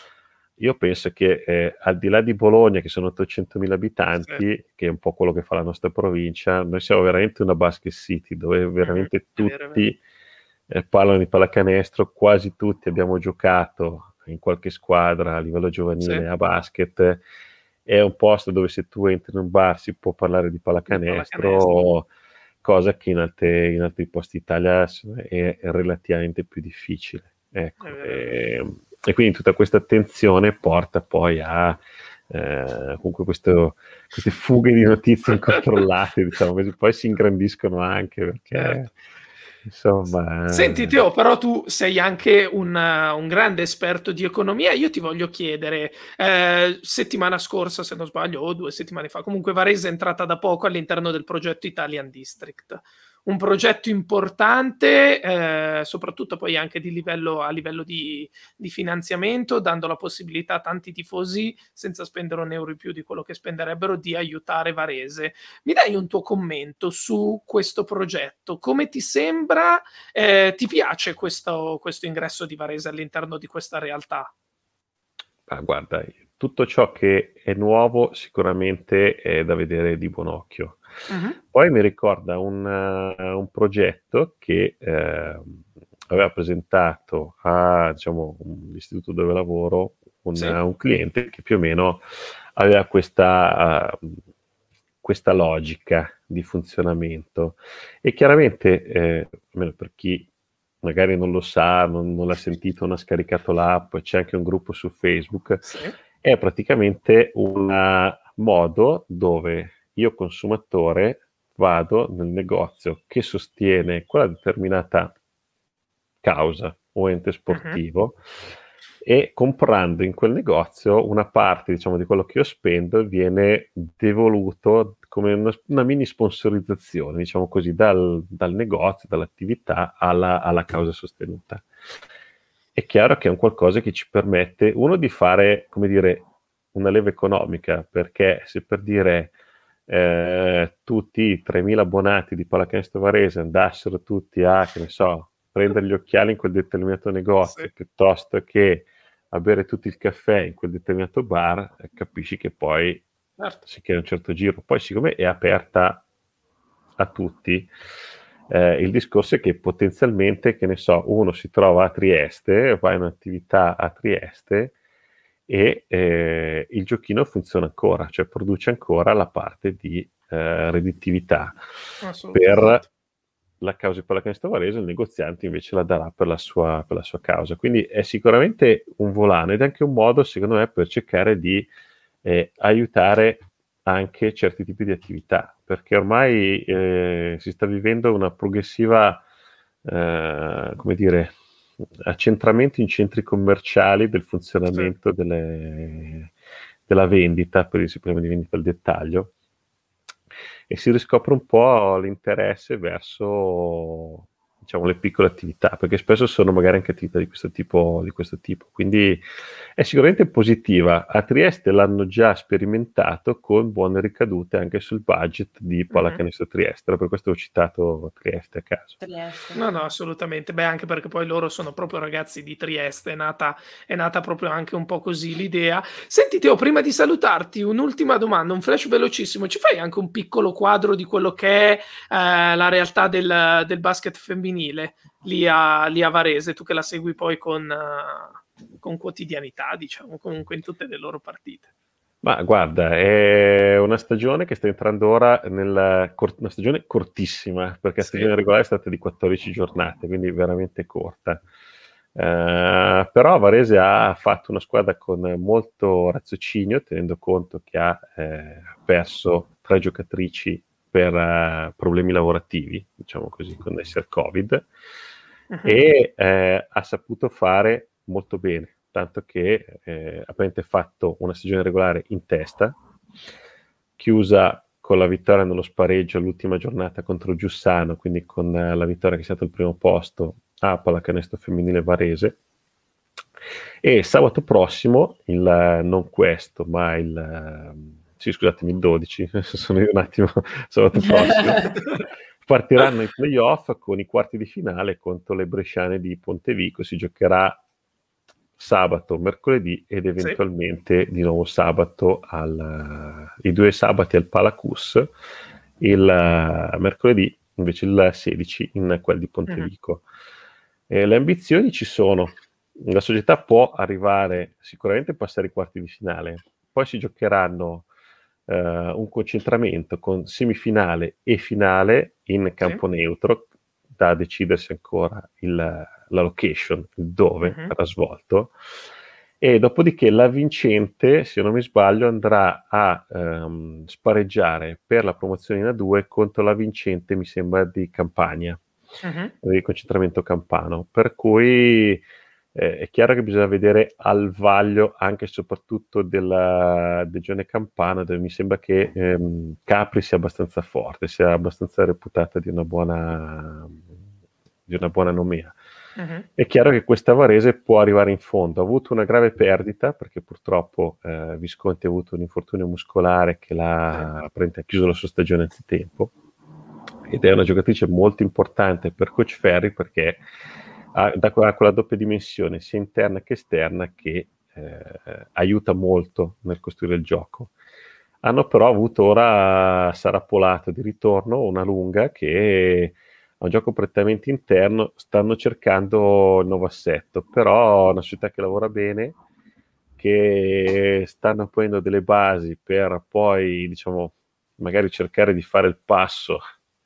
Io penso che eh, al di là di Bologna, che sono ottocentomila abitanti, sì, che è un po' quello che fa la nostra provincia, noi siamo veramente una basket city, dove veramente mm-hmm. tutti vero, vero. Eh, parlano di pallacanestro, quasi tutti abbiamo giocato in qualche squadra a livello giovanile, sì, a basket. È un posto dove se tu entri in un bar si può parlare di pallacanestro, di pallacanestro. Cosa che in, altre, in altri posti d'Italia è, è relativamente più difficile. Ecco, e, e quindi tutta questa attenzione porta poi a eh, comunque questo, queste fughe di notizie incontrollate, diciamo così, poi si ingrandiscono anche perché... Certo. Insomma, senti Teo, però tu sei anche un, un grande esperto di economia. Io ti voglio chiedere, eh, settimana scorsa, se non sbaglio, o due settimane fa, comunque Varese è entrata da poco all'interno del progetto Italian District, un progetto importante, eh, soprattutto poi anche di livello, a livello di, di finanziamento, dando la possibilità a tanti tifosi, senza spendere un euro in più di quello che spenderebbero, di aiutare Varese. Mi dai un tuo commento su questo progetto? Come ti sembra? Eh, ti piace questo, questo ingresso di Varese all'interno di questa realtà? Ah, guarda, tutto ciò che è nuovo sicuramente è da vedere di buon occhio. Uh-huh. Poi mi ricorda un, uh, un progetto che eh, aveva presentato a, diciamo, l'istituto dove lavoro un, sì. uh, un cliente che più o meno aveva questa, uh, questa logica di funzionamento, e chiaramente, eh, almeno per chi magari non lo sa, non, non l'ha sentito, non ha scaricato l'app, c'è anche un gruppo su Facebook, sì. È praticamente un modo dove io consumatore vado nel negozio che sostiene quella determinata causa o ente sportivo, uh-huh. e comprando in quel negozio una parte, diciamo, di quello che io spendo viene devoluto come una, una mini sponsorizzazione, diciamo così, dal, dal negozio, dall'attività alla, alla causa sostenuta. È chiaro che è un qualcosa che ci permette, uno, di fare, come dire, una leva economica, perché se per dire eh, tutti i tremila abbonati di Pallacanestro Varese andassero tutti a, che ne so, prendere gli occhiali in quel determinato negozio, sì. piuttosto che a bere tutto il caffè in quel determinato bar, eh, capisci che poi certo. si crea un certo giro. Poi, siccome è aperta a tutti, eh, il discorso è che potenzialmente, che ne so, uno si trova a Trieste, va in un'attività a Trieste e eh, il giochino funziona ancora, cioè produce ancora la parte di eh, redditività per la causa di Pallacanestro Varese, il negoziante invece la darà per la sua, per la sua causa. Quindi è sicuramente un volano ed è anche un modo, secondo me, per cercare di eh, aiutare anche certi tipi di attività, perché ormai eh, si sta vivendo una progressiva, eh, come dire, accentramento in centri commerciali del funzionamento sì. delle, della vendita, per i problemi di vendita al dettaglio, e si riscopre un po' l'interesse verso, diciamo, le piccole attività, perché spesso sono magari anche attività di questo tipo, di questo tipo. Quindi è sicuramente positiva. A Trieste l'hanno già sperimentato con buone ricadute anche sul budget di Pallacanestro mm-hmm. Trieste, per questo ho citato Trieste a caso. Trieste. No, no, assolutamente. Beh, anche perché poi loro sono proprio ragazzi di Trieste, è nata, è nata proprio anche un po' così l'idea. Senti Teo, prima di salutarti, un'ultima domanda, un flash velocissimo. Ci fai anche un piccolo quadro di quello che è eh, la realtà del, del basket femminile lì a, lì a Varese, tu che la segui poi con... Uh... con quotidianità, diciamo, comunque in tutte le loro partite? Ma guarda, è una stagione che sta entrando ora nella cort- una stagione cortissima, perché la sì. stagione regolare è stata di quattordici giornate, quindi veramente corta. Uh, però Varese ha fatto una squadra con molto raziocinio, tenendo conto che ha eh, perso tre giocatrici per uh, problemi lavorativi, diciamo così, connessi al Covid, uh-huh. e eh, ha saputo fare molto bene, tanto che eh, ha praticamente fatto una stagione regolare in testa, chiusa con la vittoria nello spareggio all'ultima giornata contro Giussano, quindi con eh, la vittoria che è stato il primo posto a Pallacanestro femminile Varese, e sabato prossimo, il, non questo, ma il, sì scusatemi, il dodici, sono io un attimo, sabato prossimo, partiranno i playoff con i quarti di finale contro le bresciane di Pontevico. Si giocherà sabato, mercoledì ed eventualmente sì. di nuovo sabato al, i due sabati al Palacus, il uh, mercoledì invece il sedici in quel di Pontevico. Uh-huh. E le ambizioni ci sono, la società può arrivare sicuramente a passare i quarti di finale, poi si giocheranno uh, un concentramento con semifinale e finale in campo sì. neutro, da decidersi ancora il, la location, il dove uh-huh. verrà svolto, e dopodiché la vincente, se non mi sbaglio, andrà a um, spareggiare per la promozione in A due contro la vincente, mi sembra, di Campania, uh-huh. di concentramento campano, per cui eh, è chiaro che bisogna vedere al vaglio anche e soprattutto della regione campana, dove mi sembra che ehm, Capri sia abbastanza forte, sia abbastanza reputata di una buona di una buona nomea. Uh-huh. È chiaro che questa Varese può arrivare in fondo. Ha avuto una grave perdita perché purtroppo eh, Visconti ha avuto un infortunio muscolare che l'ha uh-huh. ha chiuso la sua stagione anzitempo, ed è una giocatrice molto importante per Coach Ferri perché ha, da quella, quella doppia dimensione sia interna che esterna che eh, aiuta molto nel costruire il gioco. Hanno però avuto ora Sara Polato di ritorno, una lunga che ha un gioco prettamente interno, stanno cercando il nuovo assetto, però è una società che lavora bene, che stanno ponendo delle basi per poi, diciamo, magari cercare di fare il passo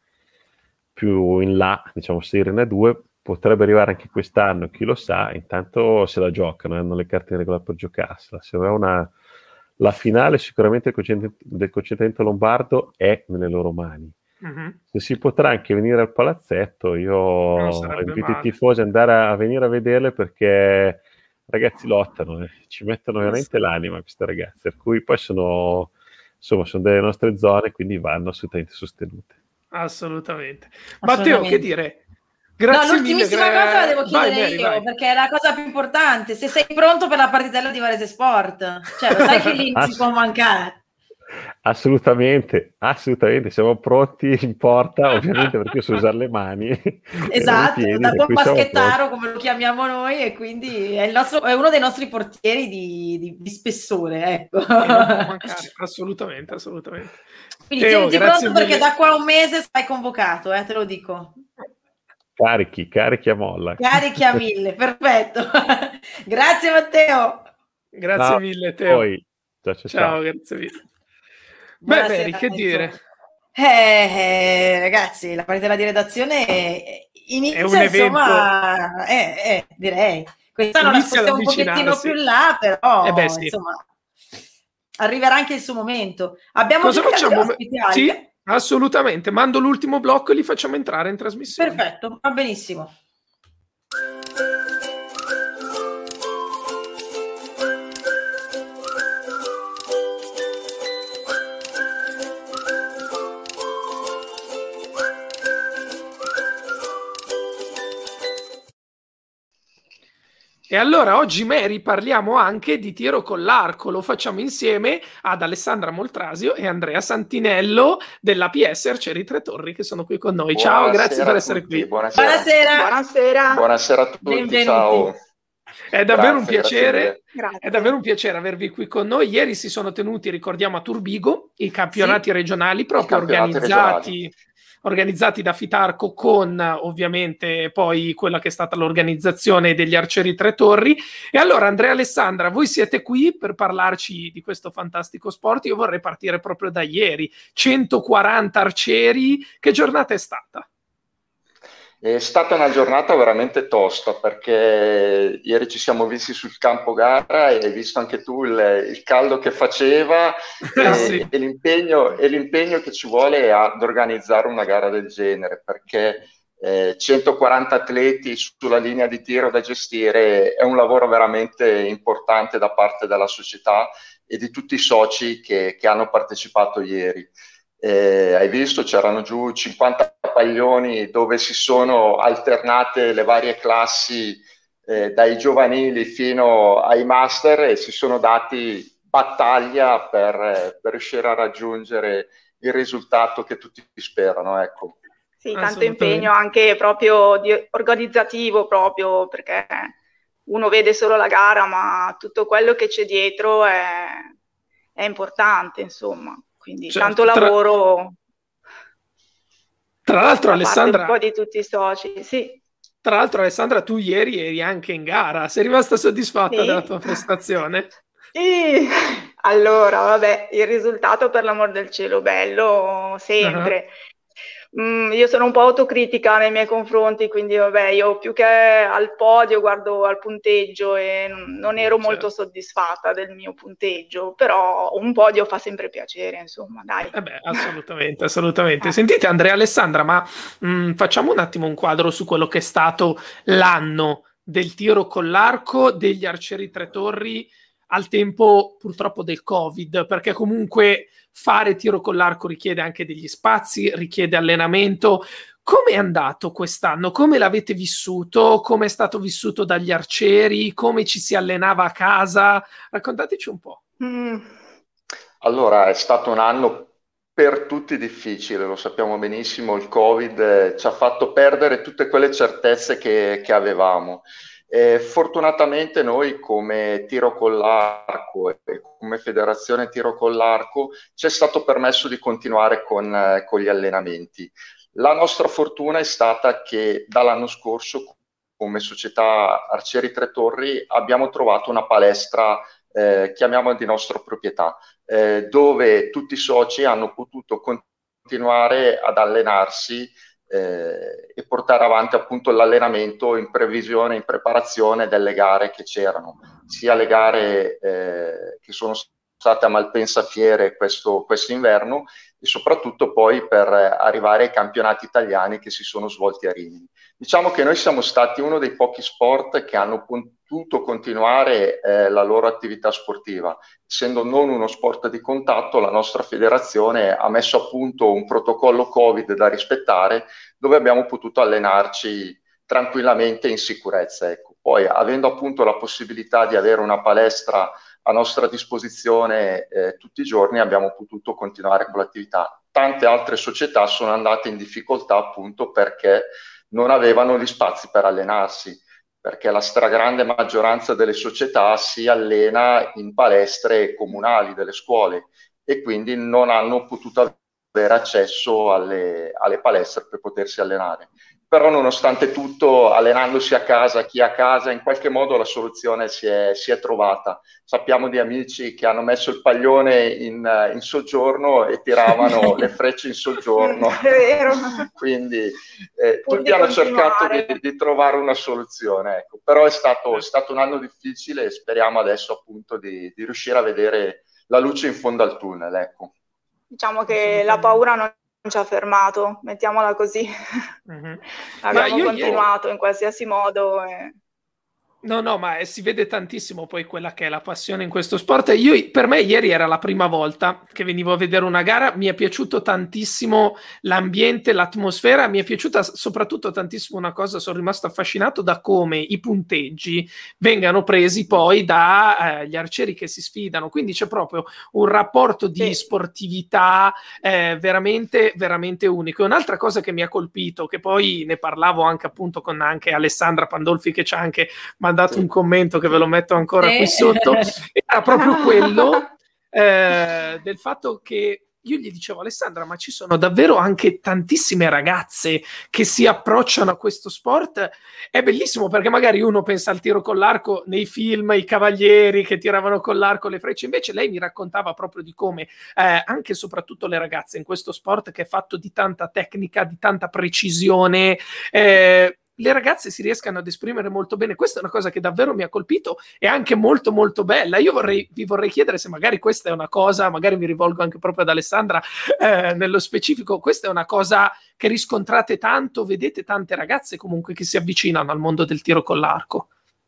più in là, diciamo, salire in A due, potrebbe arrivare anche quest'anno, chi lo sa, intanto se la giocano, hanno le carte in regola per giocarsela. Se aveva una la finale sicuramente del concentramento lombardo è nelle loro mani. Uh-huh. Se si potrà anche venire al palazzetto, io invito i tifosi ad andare a, a venire a vederle, perché ragazzi lottano, eh. ci mettono veramente sì. l'anima queste ragazze, per cui poi sono, insomma, sono delle nostre zone, quindi vanno assolutamente sostenute. Assolutamente. Matteo, che dire? Grazie no, l'ultimissima mille, cosa la devo chiedere vai, io, vai. perché è la cosa più importante. Se sei pronto per la partitella di Varese Sport, cioè lo sai che lì non si può mancare. Assolutamente, assolutamente, siamo pronti in porta, ovviamente perché io so usare le mani. Esatto, piedi, da buon baschettaro come lo chiamiamo noi, e quindi è, il nostro, è uno dei nostri portieri di, di, di spessore, ecco. Assolutamente, assolutamente. Quindi tieniti pronto mille. Perché da qua a un mese sei convocato, eh, te lo dico. Carichi, carichi a molla. Carichi a mille, perfetto. Grazie Matteo. Grazie ciao, mille Teo. Poi. Ciao, ciao, ciao, ciao. grazie mille. Beh, Mary, che dire? Eh, eh, ragazzi, la partita di redazione inizia, è un insomma, eh, eh, direi. Quest'anno la spostiamo un pochettino più là, però eh beh, sì. insomma, arriverà anche il suo momento. Abbiamo Cosa facciamo? Sì? Assolutamente, mando l'ultimo blocco e li facciamo entrare in trasmissione. Perfetto, va benissimo. E allora oggi, Mary, parliamo anche di tiro con l'arco. Lo facciamo insieme ad Alessandra Moltrasio e Andrea Santinello della P S Arcieri Tre Torri, che sono qui con noi. Buonasera. Ciao, grazie per essere qui. Buonasera. Buonasera. Buonasera. Buonasera a tutti. Benvenuti. Ciao. È davvero Grazie, un piacere. grazie È davvero un piacere avervi qui con noi. Ieri si sono tenuti, ricordiamo, a Turbigo i campionati Sì. regionali proprio campionati organizzati. regionali. organizzati da Fitarco con ovviamente poi quella che è stata l'organizzazione degli Arcieri Tre Torri. E allora, Andrea e Alessandra, voi siete qui per parlarci di questo fantastico sport. Io vorrei partire proprio da ieri. centoquaranta arcieri, che giornata è stata? È stata una giornata veramente tosta, perché ieri ci siamo visti sul campo gara e hai visto anche tu il, il caldo che faceva e, Sì. e, l'impegno, e l'impegno che ci vuole ad organizzare una gara del genere, perché eh, centoquaranta atleti sulla linea di tiro da gestire è un lavoro veramente importante da parte della società e di tutti i soci che, che hanno partecipato ieri. Eh, hai visto, c'erano giù cinquanta paglioni dove si sono alternate le varie classi, eh, dai giovanili fino ai master, e si sono dati battaglia per, per riuscire a raggiungere il risultato che tutti sperano, ecco. Sì, tanto impegno anche proprio di, organizzativo, proprio perché uno vede solo la gara, ma tutto quello che c'è dietro è, è importante, insomma. Quindi Certo, tanto lavoro. Tra, tra l'altro, Alessandra, un po' di tutti i soci, sì. Tra l'altro, Alessandra, tu ieri eri anche in gara. Sei rimasta soddisfatta Sì. della tua prestazione? Sì, allora, vabbè, il risultato, per l'amor del cielo, bello sempre. Uh-huh. Mm, io sono un po' autocritica nei miei confronti, quindi vabbè, io più che al podio guardo al punteggio e non ero certo. molto soddisfatta del mio punteggio, però un podio fa sempre piacere, insomma, dai. Eh beh, assolutamente, assolutamente. Eh. Sentite, Andrea e Alessandra, ma mh, facciamo un attimo un quadro su quello che è stato l'anno del tiro con l'arco degli Arcieri Tre Torri al tempo purtroppo del Covid, perché comunque fare tiro con l'arco richiede anche degli spazi, richiede allenamento. Come è andato quest'anno? Come l'avete vissuto? Come è stato vissuto dagli arcieri? Come ci si allenava a casa? Raccontateci un po'. Mm. Allora, è stato un anno per tutti difficile, lo sappiamo benissimo, il Covid eh, ci ha fatto perdere tutte quelle certezze che, che avevamo. Eh, fortunatamente noi come tiro con l'arco e come federazione tiro con l'arco ci è stato permesso di continuare con, eh, con gli allenamenti. La nostra fortuna è stata che dall'anno scorso come società Arcieri Tre Torri abbiamo trovato una palestra, eh, chiamiamola di nostra proprietà, eh, dove tutti i soci hanno potuto continuare ad allenarsi Eh, e portare avanti appunto l'allenamento in previsione, in preparazione delle gare che c'erano, sia le gare eh, che sono state a Malpensa Fiere questo, questo inverno e soprattutto poi per arrivare ai campionati italiani che si sono svolti a Rimini. Diciamo che noi siamo stati uno dei pochi sport che hanno potuto continuare eh, la loro attività sportiva. Essendo non uno sport di contatto, la nostra federazione ha messo a punto un protocollo Covid da rispettare, dove abbiamo potuto allenarci tranquillamente in sicurezza. Ecco. Poi, avendo appunto la possibilità di avere una palestra a nostra disposizione eh, tutti i giorni, abbiamo potuto continuare con l'attività. Tante altre società sono andate in difficoltà appunto perché non avevano gli spazi per allenarsi, perché la stragrande maggioranza delle società si allena in palestre comunali delle scuole e quindi non hanno potuto avere accesso alle, alle palestre per potersi allenare. Però nonostante tutto, allenandosi a casa, chi a casa, in qualche modo la soluzione si è, si è trovata. Sappiamo di amici che hanno messo il paglione in, in soggiorno e tiravano le frecce in soggiorno. È vero. Quindi eh, tutti hanno cercato di, di trovare una soluzione. Ecco. Però è stato, è stato un anno difficile e speriamo adesso appunto di, di riuscire a vedere la luce in fondo al tunnel. Ecco. Diciamo che la paura non ci ha fermato, mettiamola così. Mm-hmm. Abbiamo continuato io... in qualsiasi modo. E... No, no, ma eh, si vede tantissimo poi quella che è la passione in questo sport. Io, per me ieri era la prima volta che venivo a vedere una gara, mi è piaciuto tantissimo l'ambiente, l'atmosfera, mi è piaciuta soprattutto tantissimo una cosa, sono rimasto affascinato da come i punteggi vengano presi poi dagli eh, arcieri che si sfidano, quindi c'è proprio un rapporto di sì. sportività eh, veramente, veramente unico. Un'altra cosa che mi ha colpito, che poi ne parlavo anche appunto con anche Alessandra Pandolfi, che c'ha anche mandato un commento che ve lo metto ancora qui sotto, era proprio quello eh, del fatto che io gli dicevo: Alessandra, ma ci sono davvero anche tantissime ragazze che si approcciano a questo sport. È bellissimo, perché magari uno pensa al tiro con l'arco nei film, i cavalieri che tiravano con l'arco le frecce, invece lei mi raccontava proprio di come eh, anche e soprattutto le ragazze in questo sport che è fatto di tanta tecnica, di tanta precisione, eh, le ragazze si riescano ad esprimere molto bene. Questa è una cosa che davvero mi ha colpito e anche molto molto bella. Io vorrei, vi vorrei chiedere se magari questa è una cosa, magari mi rivolgo anche proprio ad Alessandra eh, nello specifico, questa è una cosa che riscontrate tanto, vedete tante ragazze comunque che si avvicinano al mondo del tiro con l'arco?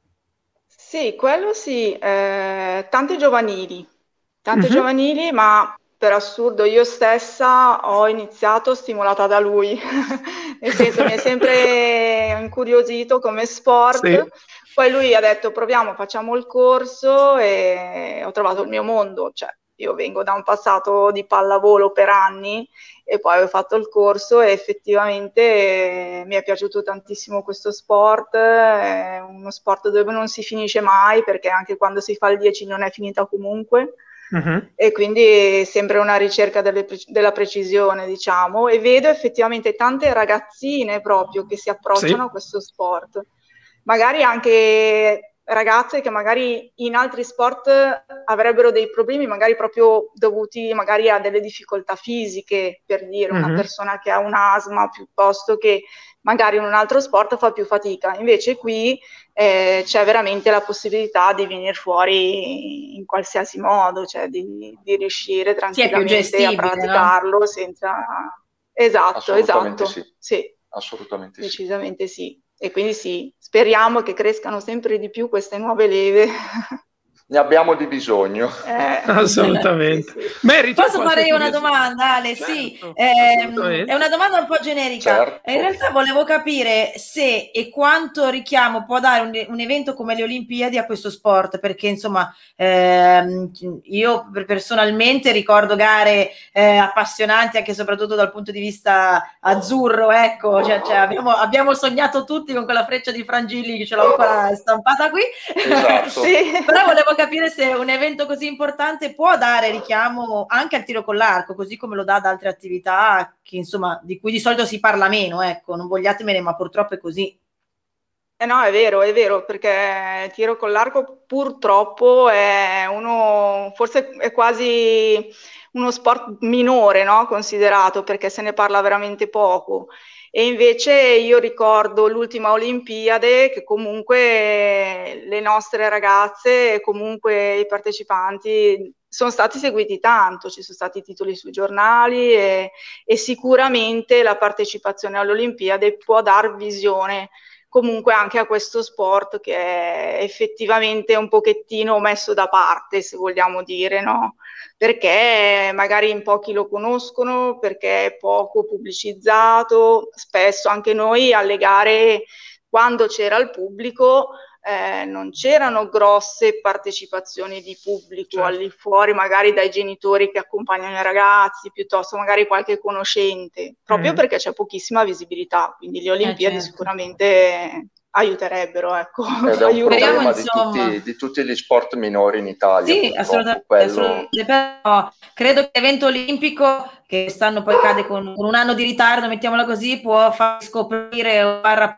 Sì, quello sì, eh, tante giovanili, tante mm-hmm. giovanili, ma per assurdo io stessa ho iniziato stimolata da lui, nel senso mi è sempre incuriosito come sport, sì. Poi lui ha detto proviamo, facciamo il corso e ho trovato il mio mondo, cioè io vengo da un passato di pallavolo per anni e poi ho fatto il corso e effettivamente mi è piaciuto tantissimo questo sport, è uno sport dove non si finisce mai perché anche quando si fa il dieci non è finita comunque. Uh-huh. E quindi è sempre una ricerca delle, della precisione, diciamo, e vedo effettivamente tante ragazzine proprio che si approcciano sì. a questo sport, magari anche ragazze che magari in altri sport avrebbero dei problemi magari proprio dovuti magari a delle difficoltà fisiche, per dire, uh-huh. una persona che ha un asma piuttosto che magari in un altro sport fa più fatica, invece qui eh, c'è veramente la possibilità di venire fuori in qualsiasi modo, cioè di, di riuscire tranquillamente sì, a praticarlo, no? Senza... Esatto, esatto. Sì. Sì. Assolutamente sì. Decisamente sì. E quindi sì, speriamo che crescano sempre di più queste nuove leve. Ne abbiamo di bisogno. Eh, assolutamente. Sì, sì. Posso fare io una domanda, Ale? Certo, sì, eh, è una domanda un po' generica. Certo. In realtà volevo capire se e quanto richiamo può dare un, un evento come le Olimpiadi a questo sport, perché insomma ehm, io personalmente ricordo gare eh, appassionanti anche e soprattutto dal punto di vista azzurro, ecco, cioè, cioè abbiamo, abbiamo sognato tutti con quella freccia di Frangilli che ce l'ho ancora stampata qui. Esatto. Sì. Però volevo capire se un evento così importante può dare richiamo anche al tiro con l'arco, così come lo dà ad altre attività che insomma di cui di solito si parla meno, ecco, non vogliatemene, ma purtroppo è così. Eh no, è vero, è vero, perché il tiro con l'arco purtroppo è uno, forse è quasi uno sport minore, no? Considerato, perché se ne parla veramente poco. E invece io ricordo l'ultima Olimpiade che comunque le nostre ragazze e comunque i partecipanti sono stati seguiti tanto, ci sono stati titoli sui giornali e, e sicuramente la partecipazione alle Olimpiadi può dar visione comunque anche a questo sport che è effettivamente un pochettino messo da parte, se vogliamo dire, no? Perché magari in pochi lo conoscono, perché è poco pubblicizzato, spesso anche noi alle gare, quando c'era il pubblico, eh, non c'erano grosse partecipazioni di pubblico, certo. Al di fuori magari dai genitori che accompagnano i ragazzi, piuttosto magari qualche conoscente, proprio mm. perché c'è pochissima visibilità, quindi le Olimpiadi eh, certo. sicuramente aiuterebbero, ecco. Ed è un problema di tutti, di tutti gli sport minori in Italia. Sì, assolutamente, quello... assolutamente, però credo che l'evento olimpico, che quest'anno poi cade con, con un anno di ritardo, mettiamola così, può far scoprire o far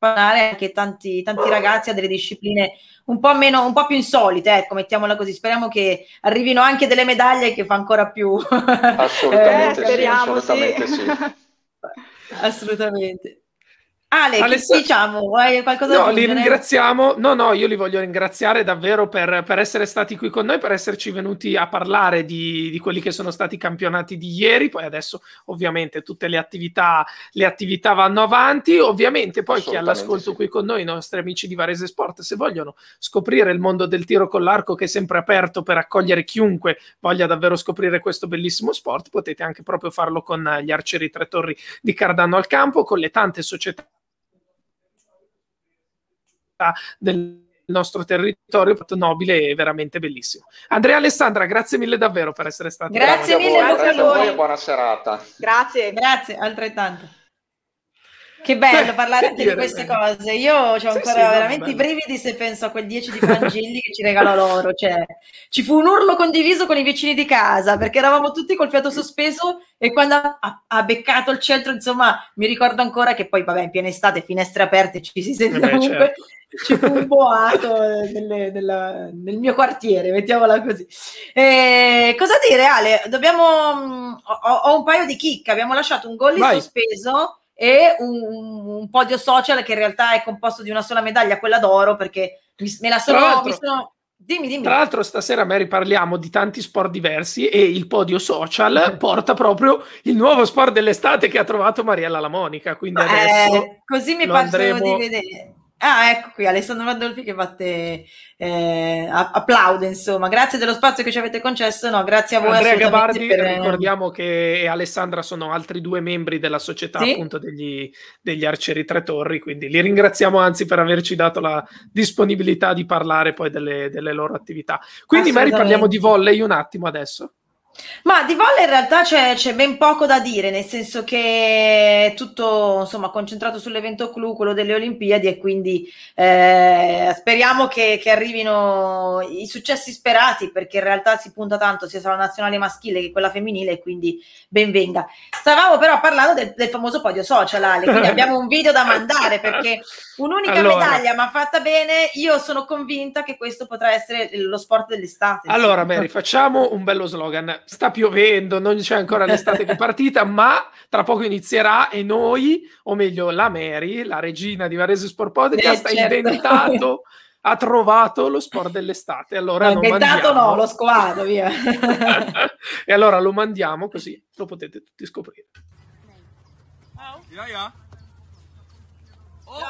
anche tanti, tanti ragazzi a delle discipline un po' meno, un po' più insolite, ecco, mettiamola così. Speriamo che arrivino anche delle medaglie che fa ancora più. Assolutamente, eh, speriamo, sì, assolutamente sì. sì. Assolutamente. Ale, Aless- diciamo, vuoi qualcosa da No, aggiungere? li ringraziamo. No, no, io li voglio ringraziare davvero per, per essere stati qui con noi, per esserci venuti a parlare di, di quelli che sono stati i campionati di ieri. Poi adesso ovviamente tutte le attività, le attività vanno avanti. Ovviamente poi chi è all'ascolto sì. qui con noi, i nostri amici di Varese Sport, se vogliono scoprire il mondo del tiro con l'arco, che è sempre aperto per accogliere chiunque voglia davvero scoprire questo bellissimo sport, potete anche proprio farlo con gli Arcieri Tre Torri di Cardano al Campo, con le tante società del nostro territorio nobile e veramente bellissimo. Andrea e Alessandra, grazie mille davvero per essere stati grazie con noi. mille, grazie a voi e buona serata. Grazie, grazie altrettanto. Che bello Beh, parlare anche di queste bene. cose. Io ho ancora sì, sì, veramente no, i brividi se penso a quel dieci di Frangilli che ci regalò loro. Cioè, ci fu un urlo condiviso con i vicini di casa perché eravamo tutti col fiato sospeso e quando ha, ha beccato il centro, insomma, mi ricordo ancora che poi, vabbè, in piena estate, finestre aperte, ci si sente eh comunque. Certo. Ci fu un boato nelle, nella, nel mio quartiere, mettiamola così. E, cosa dire, Ale? Dobbiamo. Ho, ho un paio di chicche. Abbiamo lasciato un gol in sospeso e un, un podio social che in realtà è composto di una sola medaglia, quella d'oro, perché mi, me la sono, mi sono... Dimmi, dimmi. Tra l'altro stasera, Mary, parliamo di tanti sport diversi e il podio social porta proprio il nuovo sport dell'estate che ha trovato Mariella La Monica, quindi adesso eh, così mi pare andremo... di vedere. Ah, ecco qui Alessandro Vandolfi che batte, eh, applaude, insomma. Grazie dello spazio che ci avete concesso. No, grazie a voi. Andrea Gabardi, per... ricordiamo che Alessandra sono altri due membri della società, sì? appunto degli, degli Arcieri Tre Torri, quindi li ringraziamo anzi per averci dato la disponibilità di parlare poi delle, delle loro attività. Quindi Mary, parliamo di volley un attimo adesso. Ma di volley in realtà c'è, c'è ben poco da dire, nel senso che è tutto insomma concentrato sull'evento clou, quello delle Olimpiadi, e quindi eh, speriamo che, che arrivino i successi sperati, perché in realtà si punta tanto sia sulla nazionale maschile che quella femminile, e quindi ben venga. Stavamo però parlando del, del famoso podio social, Ale, quindi abbiamo un video da mandare, perché un'unica allora. medaglia ma fatta bene, io sono convinta che questo potrà essere lo sport dell'estate. Allora Mary, facciamo un bello slogan. Sta piovendo, non c'è ancora l'estate che è partita, ma tra poco inizierà e noi, o meglio la Mary, la regina di Varese Sport Podcast, eh, certo. ha inventato, ha trovato lo sport dell'estate. Allora no, lo inventato mandiamo. no, l'ho scovato, via. E allora lo mandiamo così lo potete tutti scoprire. Oh. Yeah, yeah. Oh.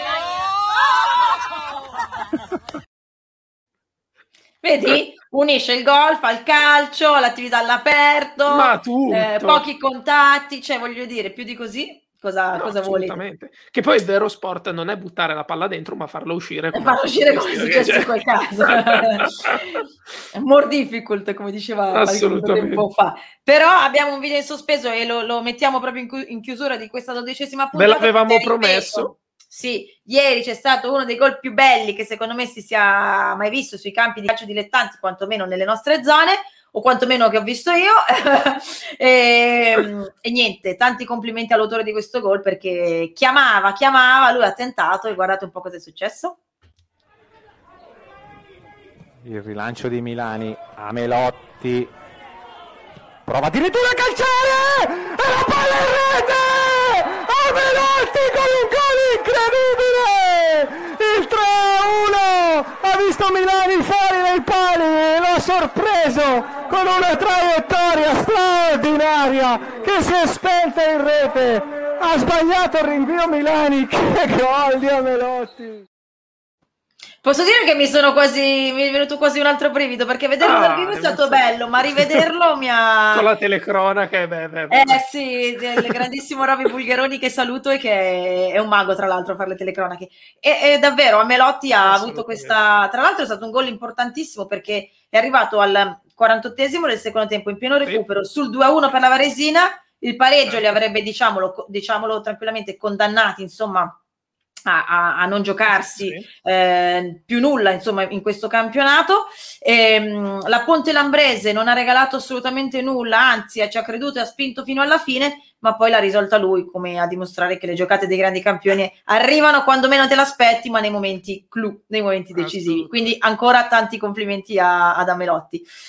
Oh. Vedi? Unisce il golf al calcio, all'attività all'aperto, ma tutto. Eh, pochi contatti, cioè voglio dire, più di così cosa, no, cosa volete? Che poi il vero sport non è buttare la palla dentro, ma farla uscire. Come farla uscire come è successo in quel caso. More difficult, come diceva qualche tempo fa. Però abbiamo un video in sospeso e lo, lo mettiamo proprio in, in chiusura di questa dodicesima puntata. Ve l'avevamo promesso. Sì, ieri c'è stato uno dei gol più belli che secondo me si sia mai visto sui campi di calcio dilettanti, quantomeno nelle nostre zone, o quantomeno che ho visto io. e, e niente, tanti complimenti all'autore di questo gol, perché chiamava, chiamava, lui ha tentato e guardate un po' cosa è successo. Il rilancio di Milani a Melotti, prova addirittura a calciare e la palla in rete! A Melotti con un gol incredibile! Il tre a uno! Ha visto Milani fuori dai pali e l'ha sorpreso con una traiettoria straordinaria che si è spenta in rete. Ha sbagliato il rinvio Milani, che gol di Melotti! Posso dire che mi sono quasi mi è venuto quasi un altro brivido, perché vederlo ah, dal vivo è stato bello, ma rivederlo mi ha con la telecronaca beh, beh, beh. eh sì, del grandissimo Roby Bulgheroni, che saluto e che è un mago tra l'altro a fare le telecronache, e, e davvero a Melotti ha avuto questa, tra l'altro è stato un gol importantissimo perché è arrivato al quarantottesimo del secondo tempo in pieno recupero sì. sul due a uno per la Varesina, il pareggio li avrebbe diciamolo, diciamolo tranquillamente condannati insomma A, a, a non giocarsi sì. eh, più nulla insomma in questo campionato. Ehm, la Ponte Lambrese non ha regalato assolutamente nulla, anzi ci ha creduto e ha spinto fino alla fine, ma poi l'ha risolta lui, come a dimostrare che le giocate dei grandi campioni arrivano quando meno te l'aspetti, ma nei momenti clou, nei momenti decisivi. Quindi ancora tanti complimenti a, ad Amelotti.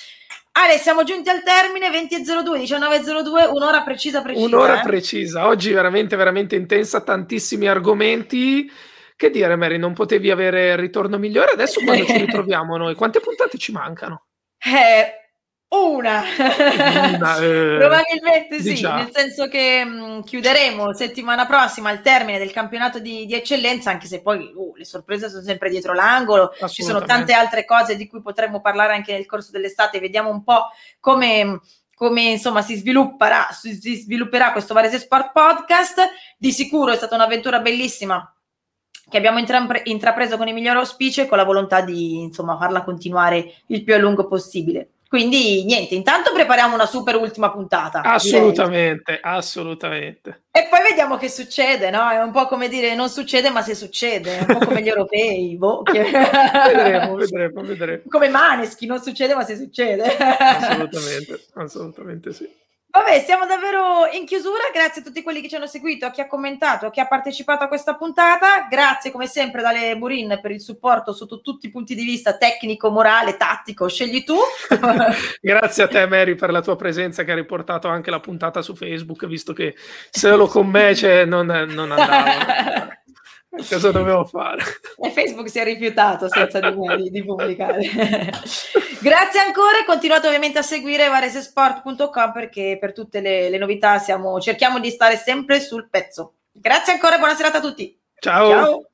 Ale, siamo giunti al termine, venti e zero due, diciannove e zero due, un'ora precisa precisa. Un'ora eh? precisa, oggi veramente veramente intensa, tantissimi argomenti. Che dire, Mary, non potevi avere il ritorno migliore? Adesso quando ci ritroviamo noi, quante puntate ci mancano? Eh, una, Una, eh, probabilmente sì, diciamo. nel senso che mh, chiuderemo settimana prossima al termine del campionato di, di eccellenza, anche se poi uh, le sorprese sono sempre dietro l'angolo, ci sono tante altre cose di cui potremmo parlare anche nel corso dell'estate, vediamo un po' come, come insomma si svilupperà, si, si svilupperà questo Varese Sport Podcast. Di sicuro è stata un'avventura bellissima che abbiamo intra- intrapreso con il miglior auspicio e con la volontà di insomma farla continuare il più a lungo possibile. Quindi niente, intanto prepariamo una super ultima puntata. Assolutamente, direi. assolutamente. E poi vediamo che succede, no? È un po' come dire non succede ma se succede, è un po' come gli europei. Boh, che... vedremo, vedremo, vedremo. Come Maneschi, non succede ma se succede. Assolutamente, assolutamente sì. Vabbè, siamo davvero in chiusura, grazie a tutti quelli che ci hanno seguito, a chi ha commentato, a chi ha partecipato a questa puntata, grazie come sempre Dale Burin per il supporto sotto tutti i punti di vista tecnico, morale, tattico, scegli tu. Grazie a te Mary per la tua presenza che ha riportato anche la puntata su Facebook, visto che solo con me cioè, non, non andava. Cosa dovevo fare? E Facebook si è rifiutato senza di me di, di pubblicare. Grazie ancora e continuate ovviamente a seguire varesesport punto com perché per tutte le, le novità siamo, cerchiamo di stare sempre sul pezzo. Grazie ancora e buona serata a tutti. Ciao. Ciao.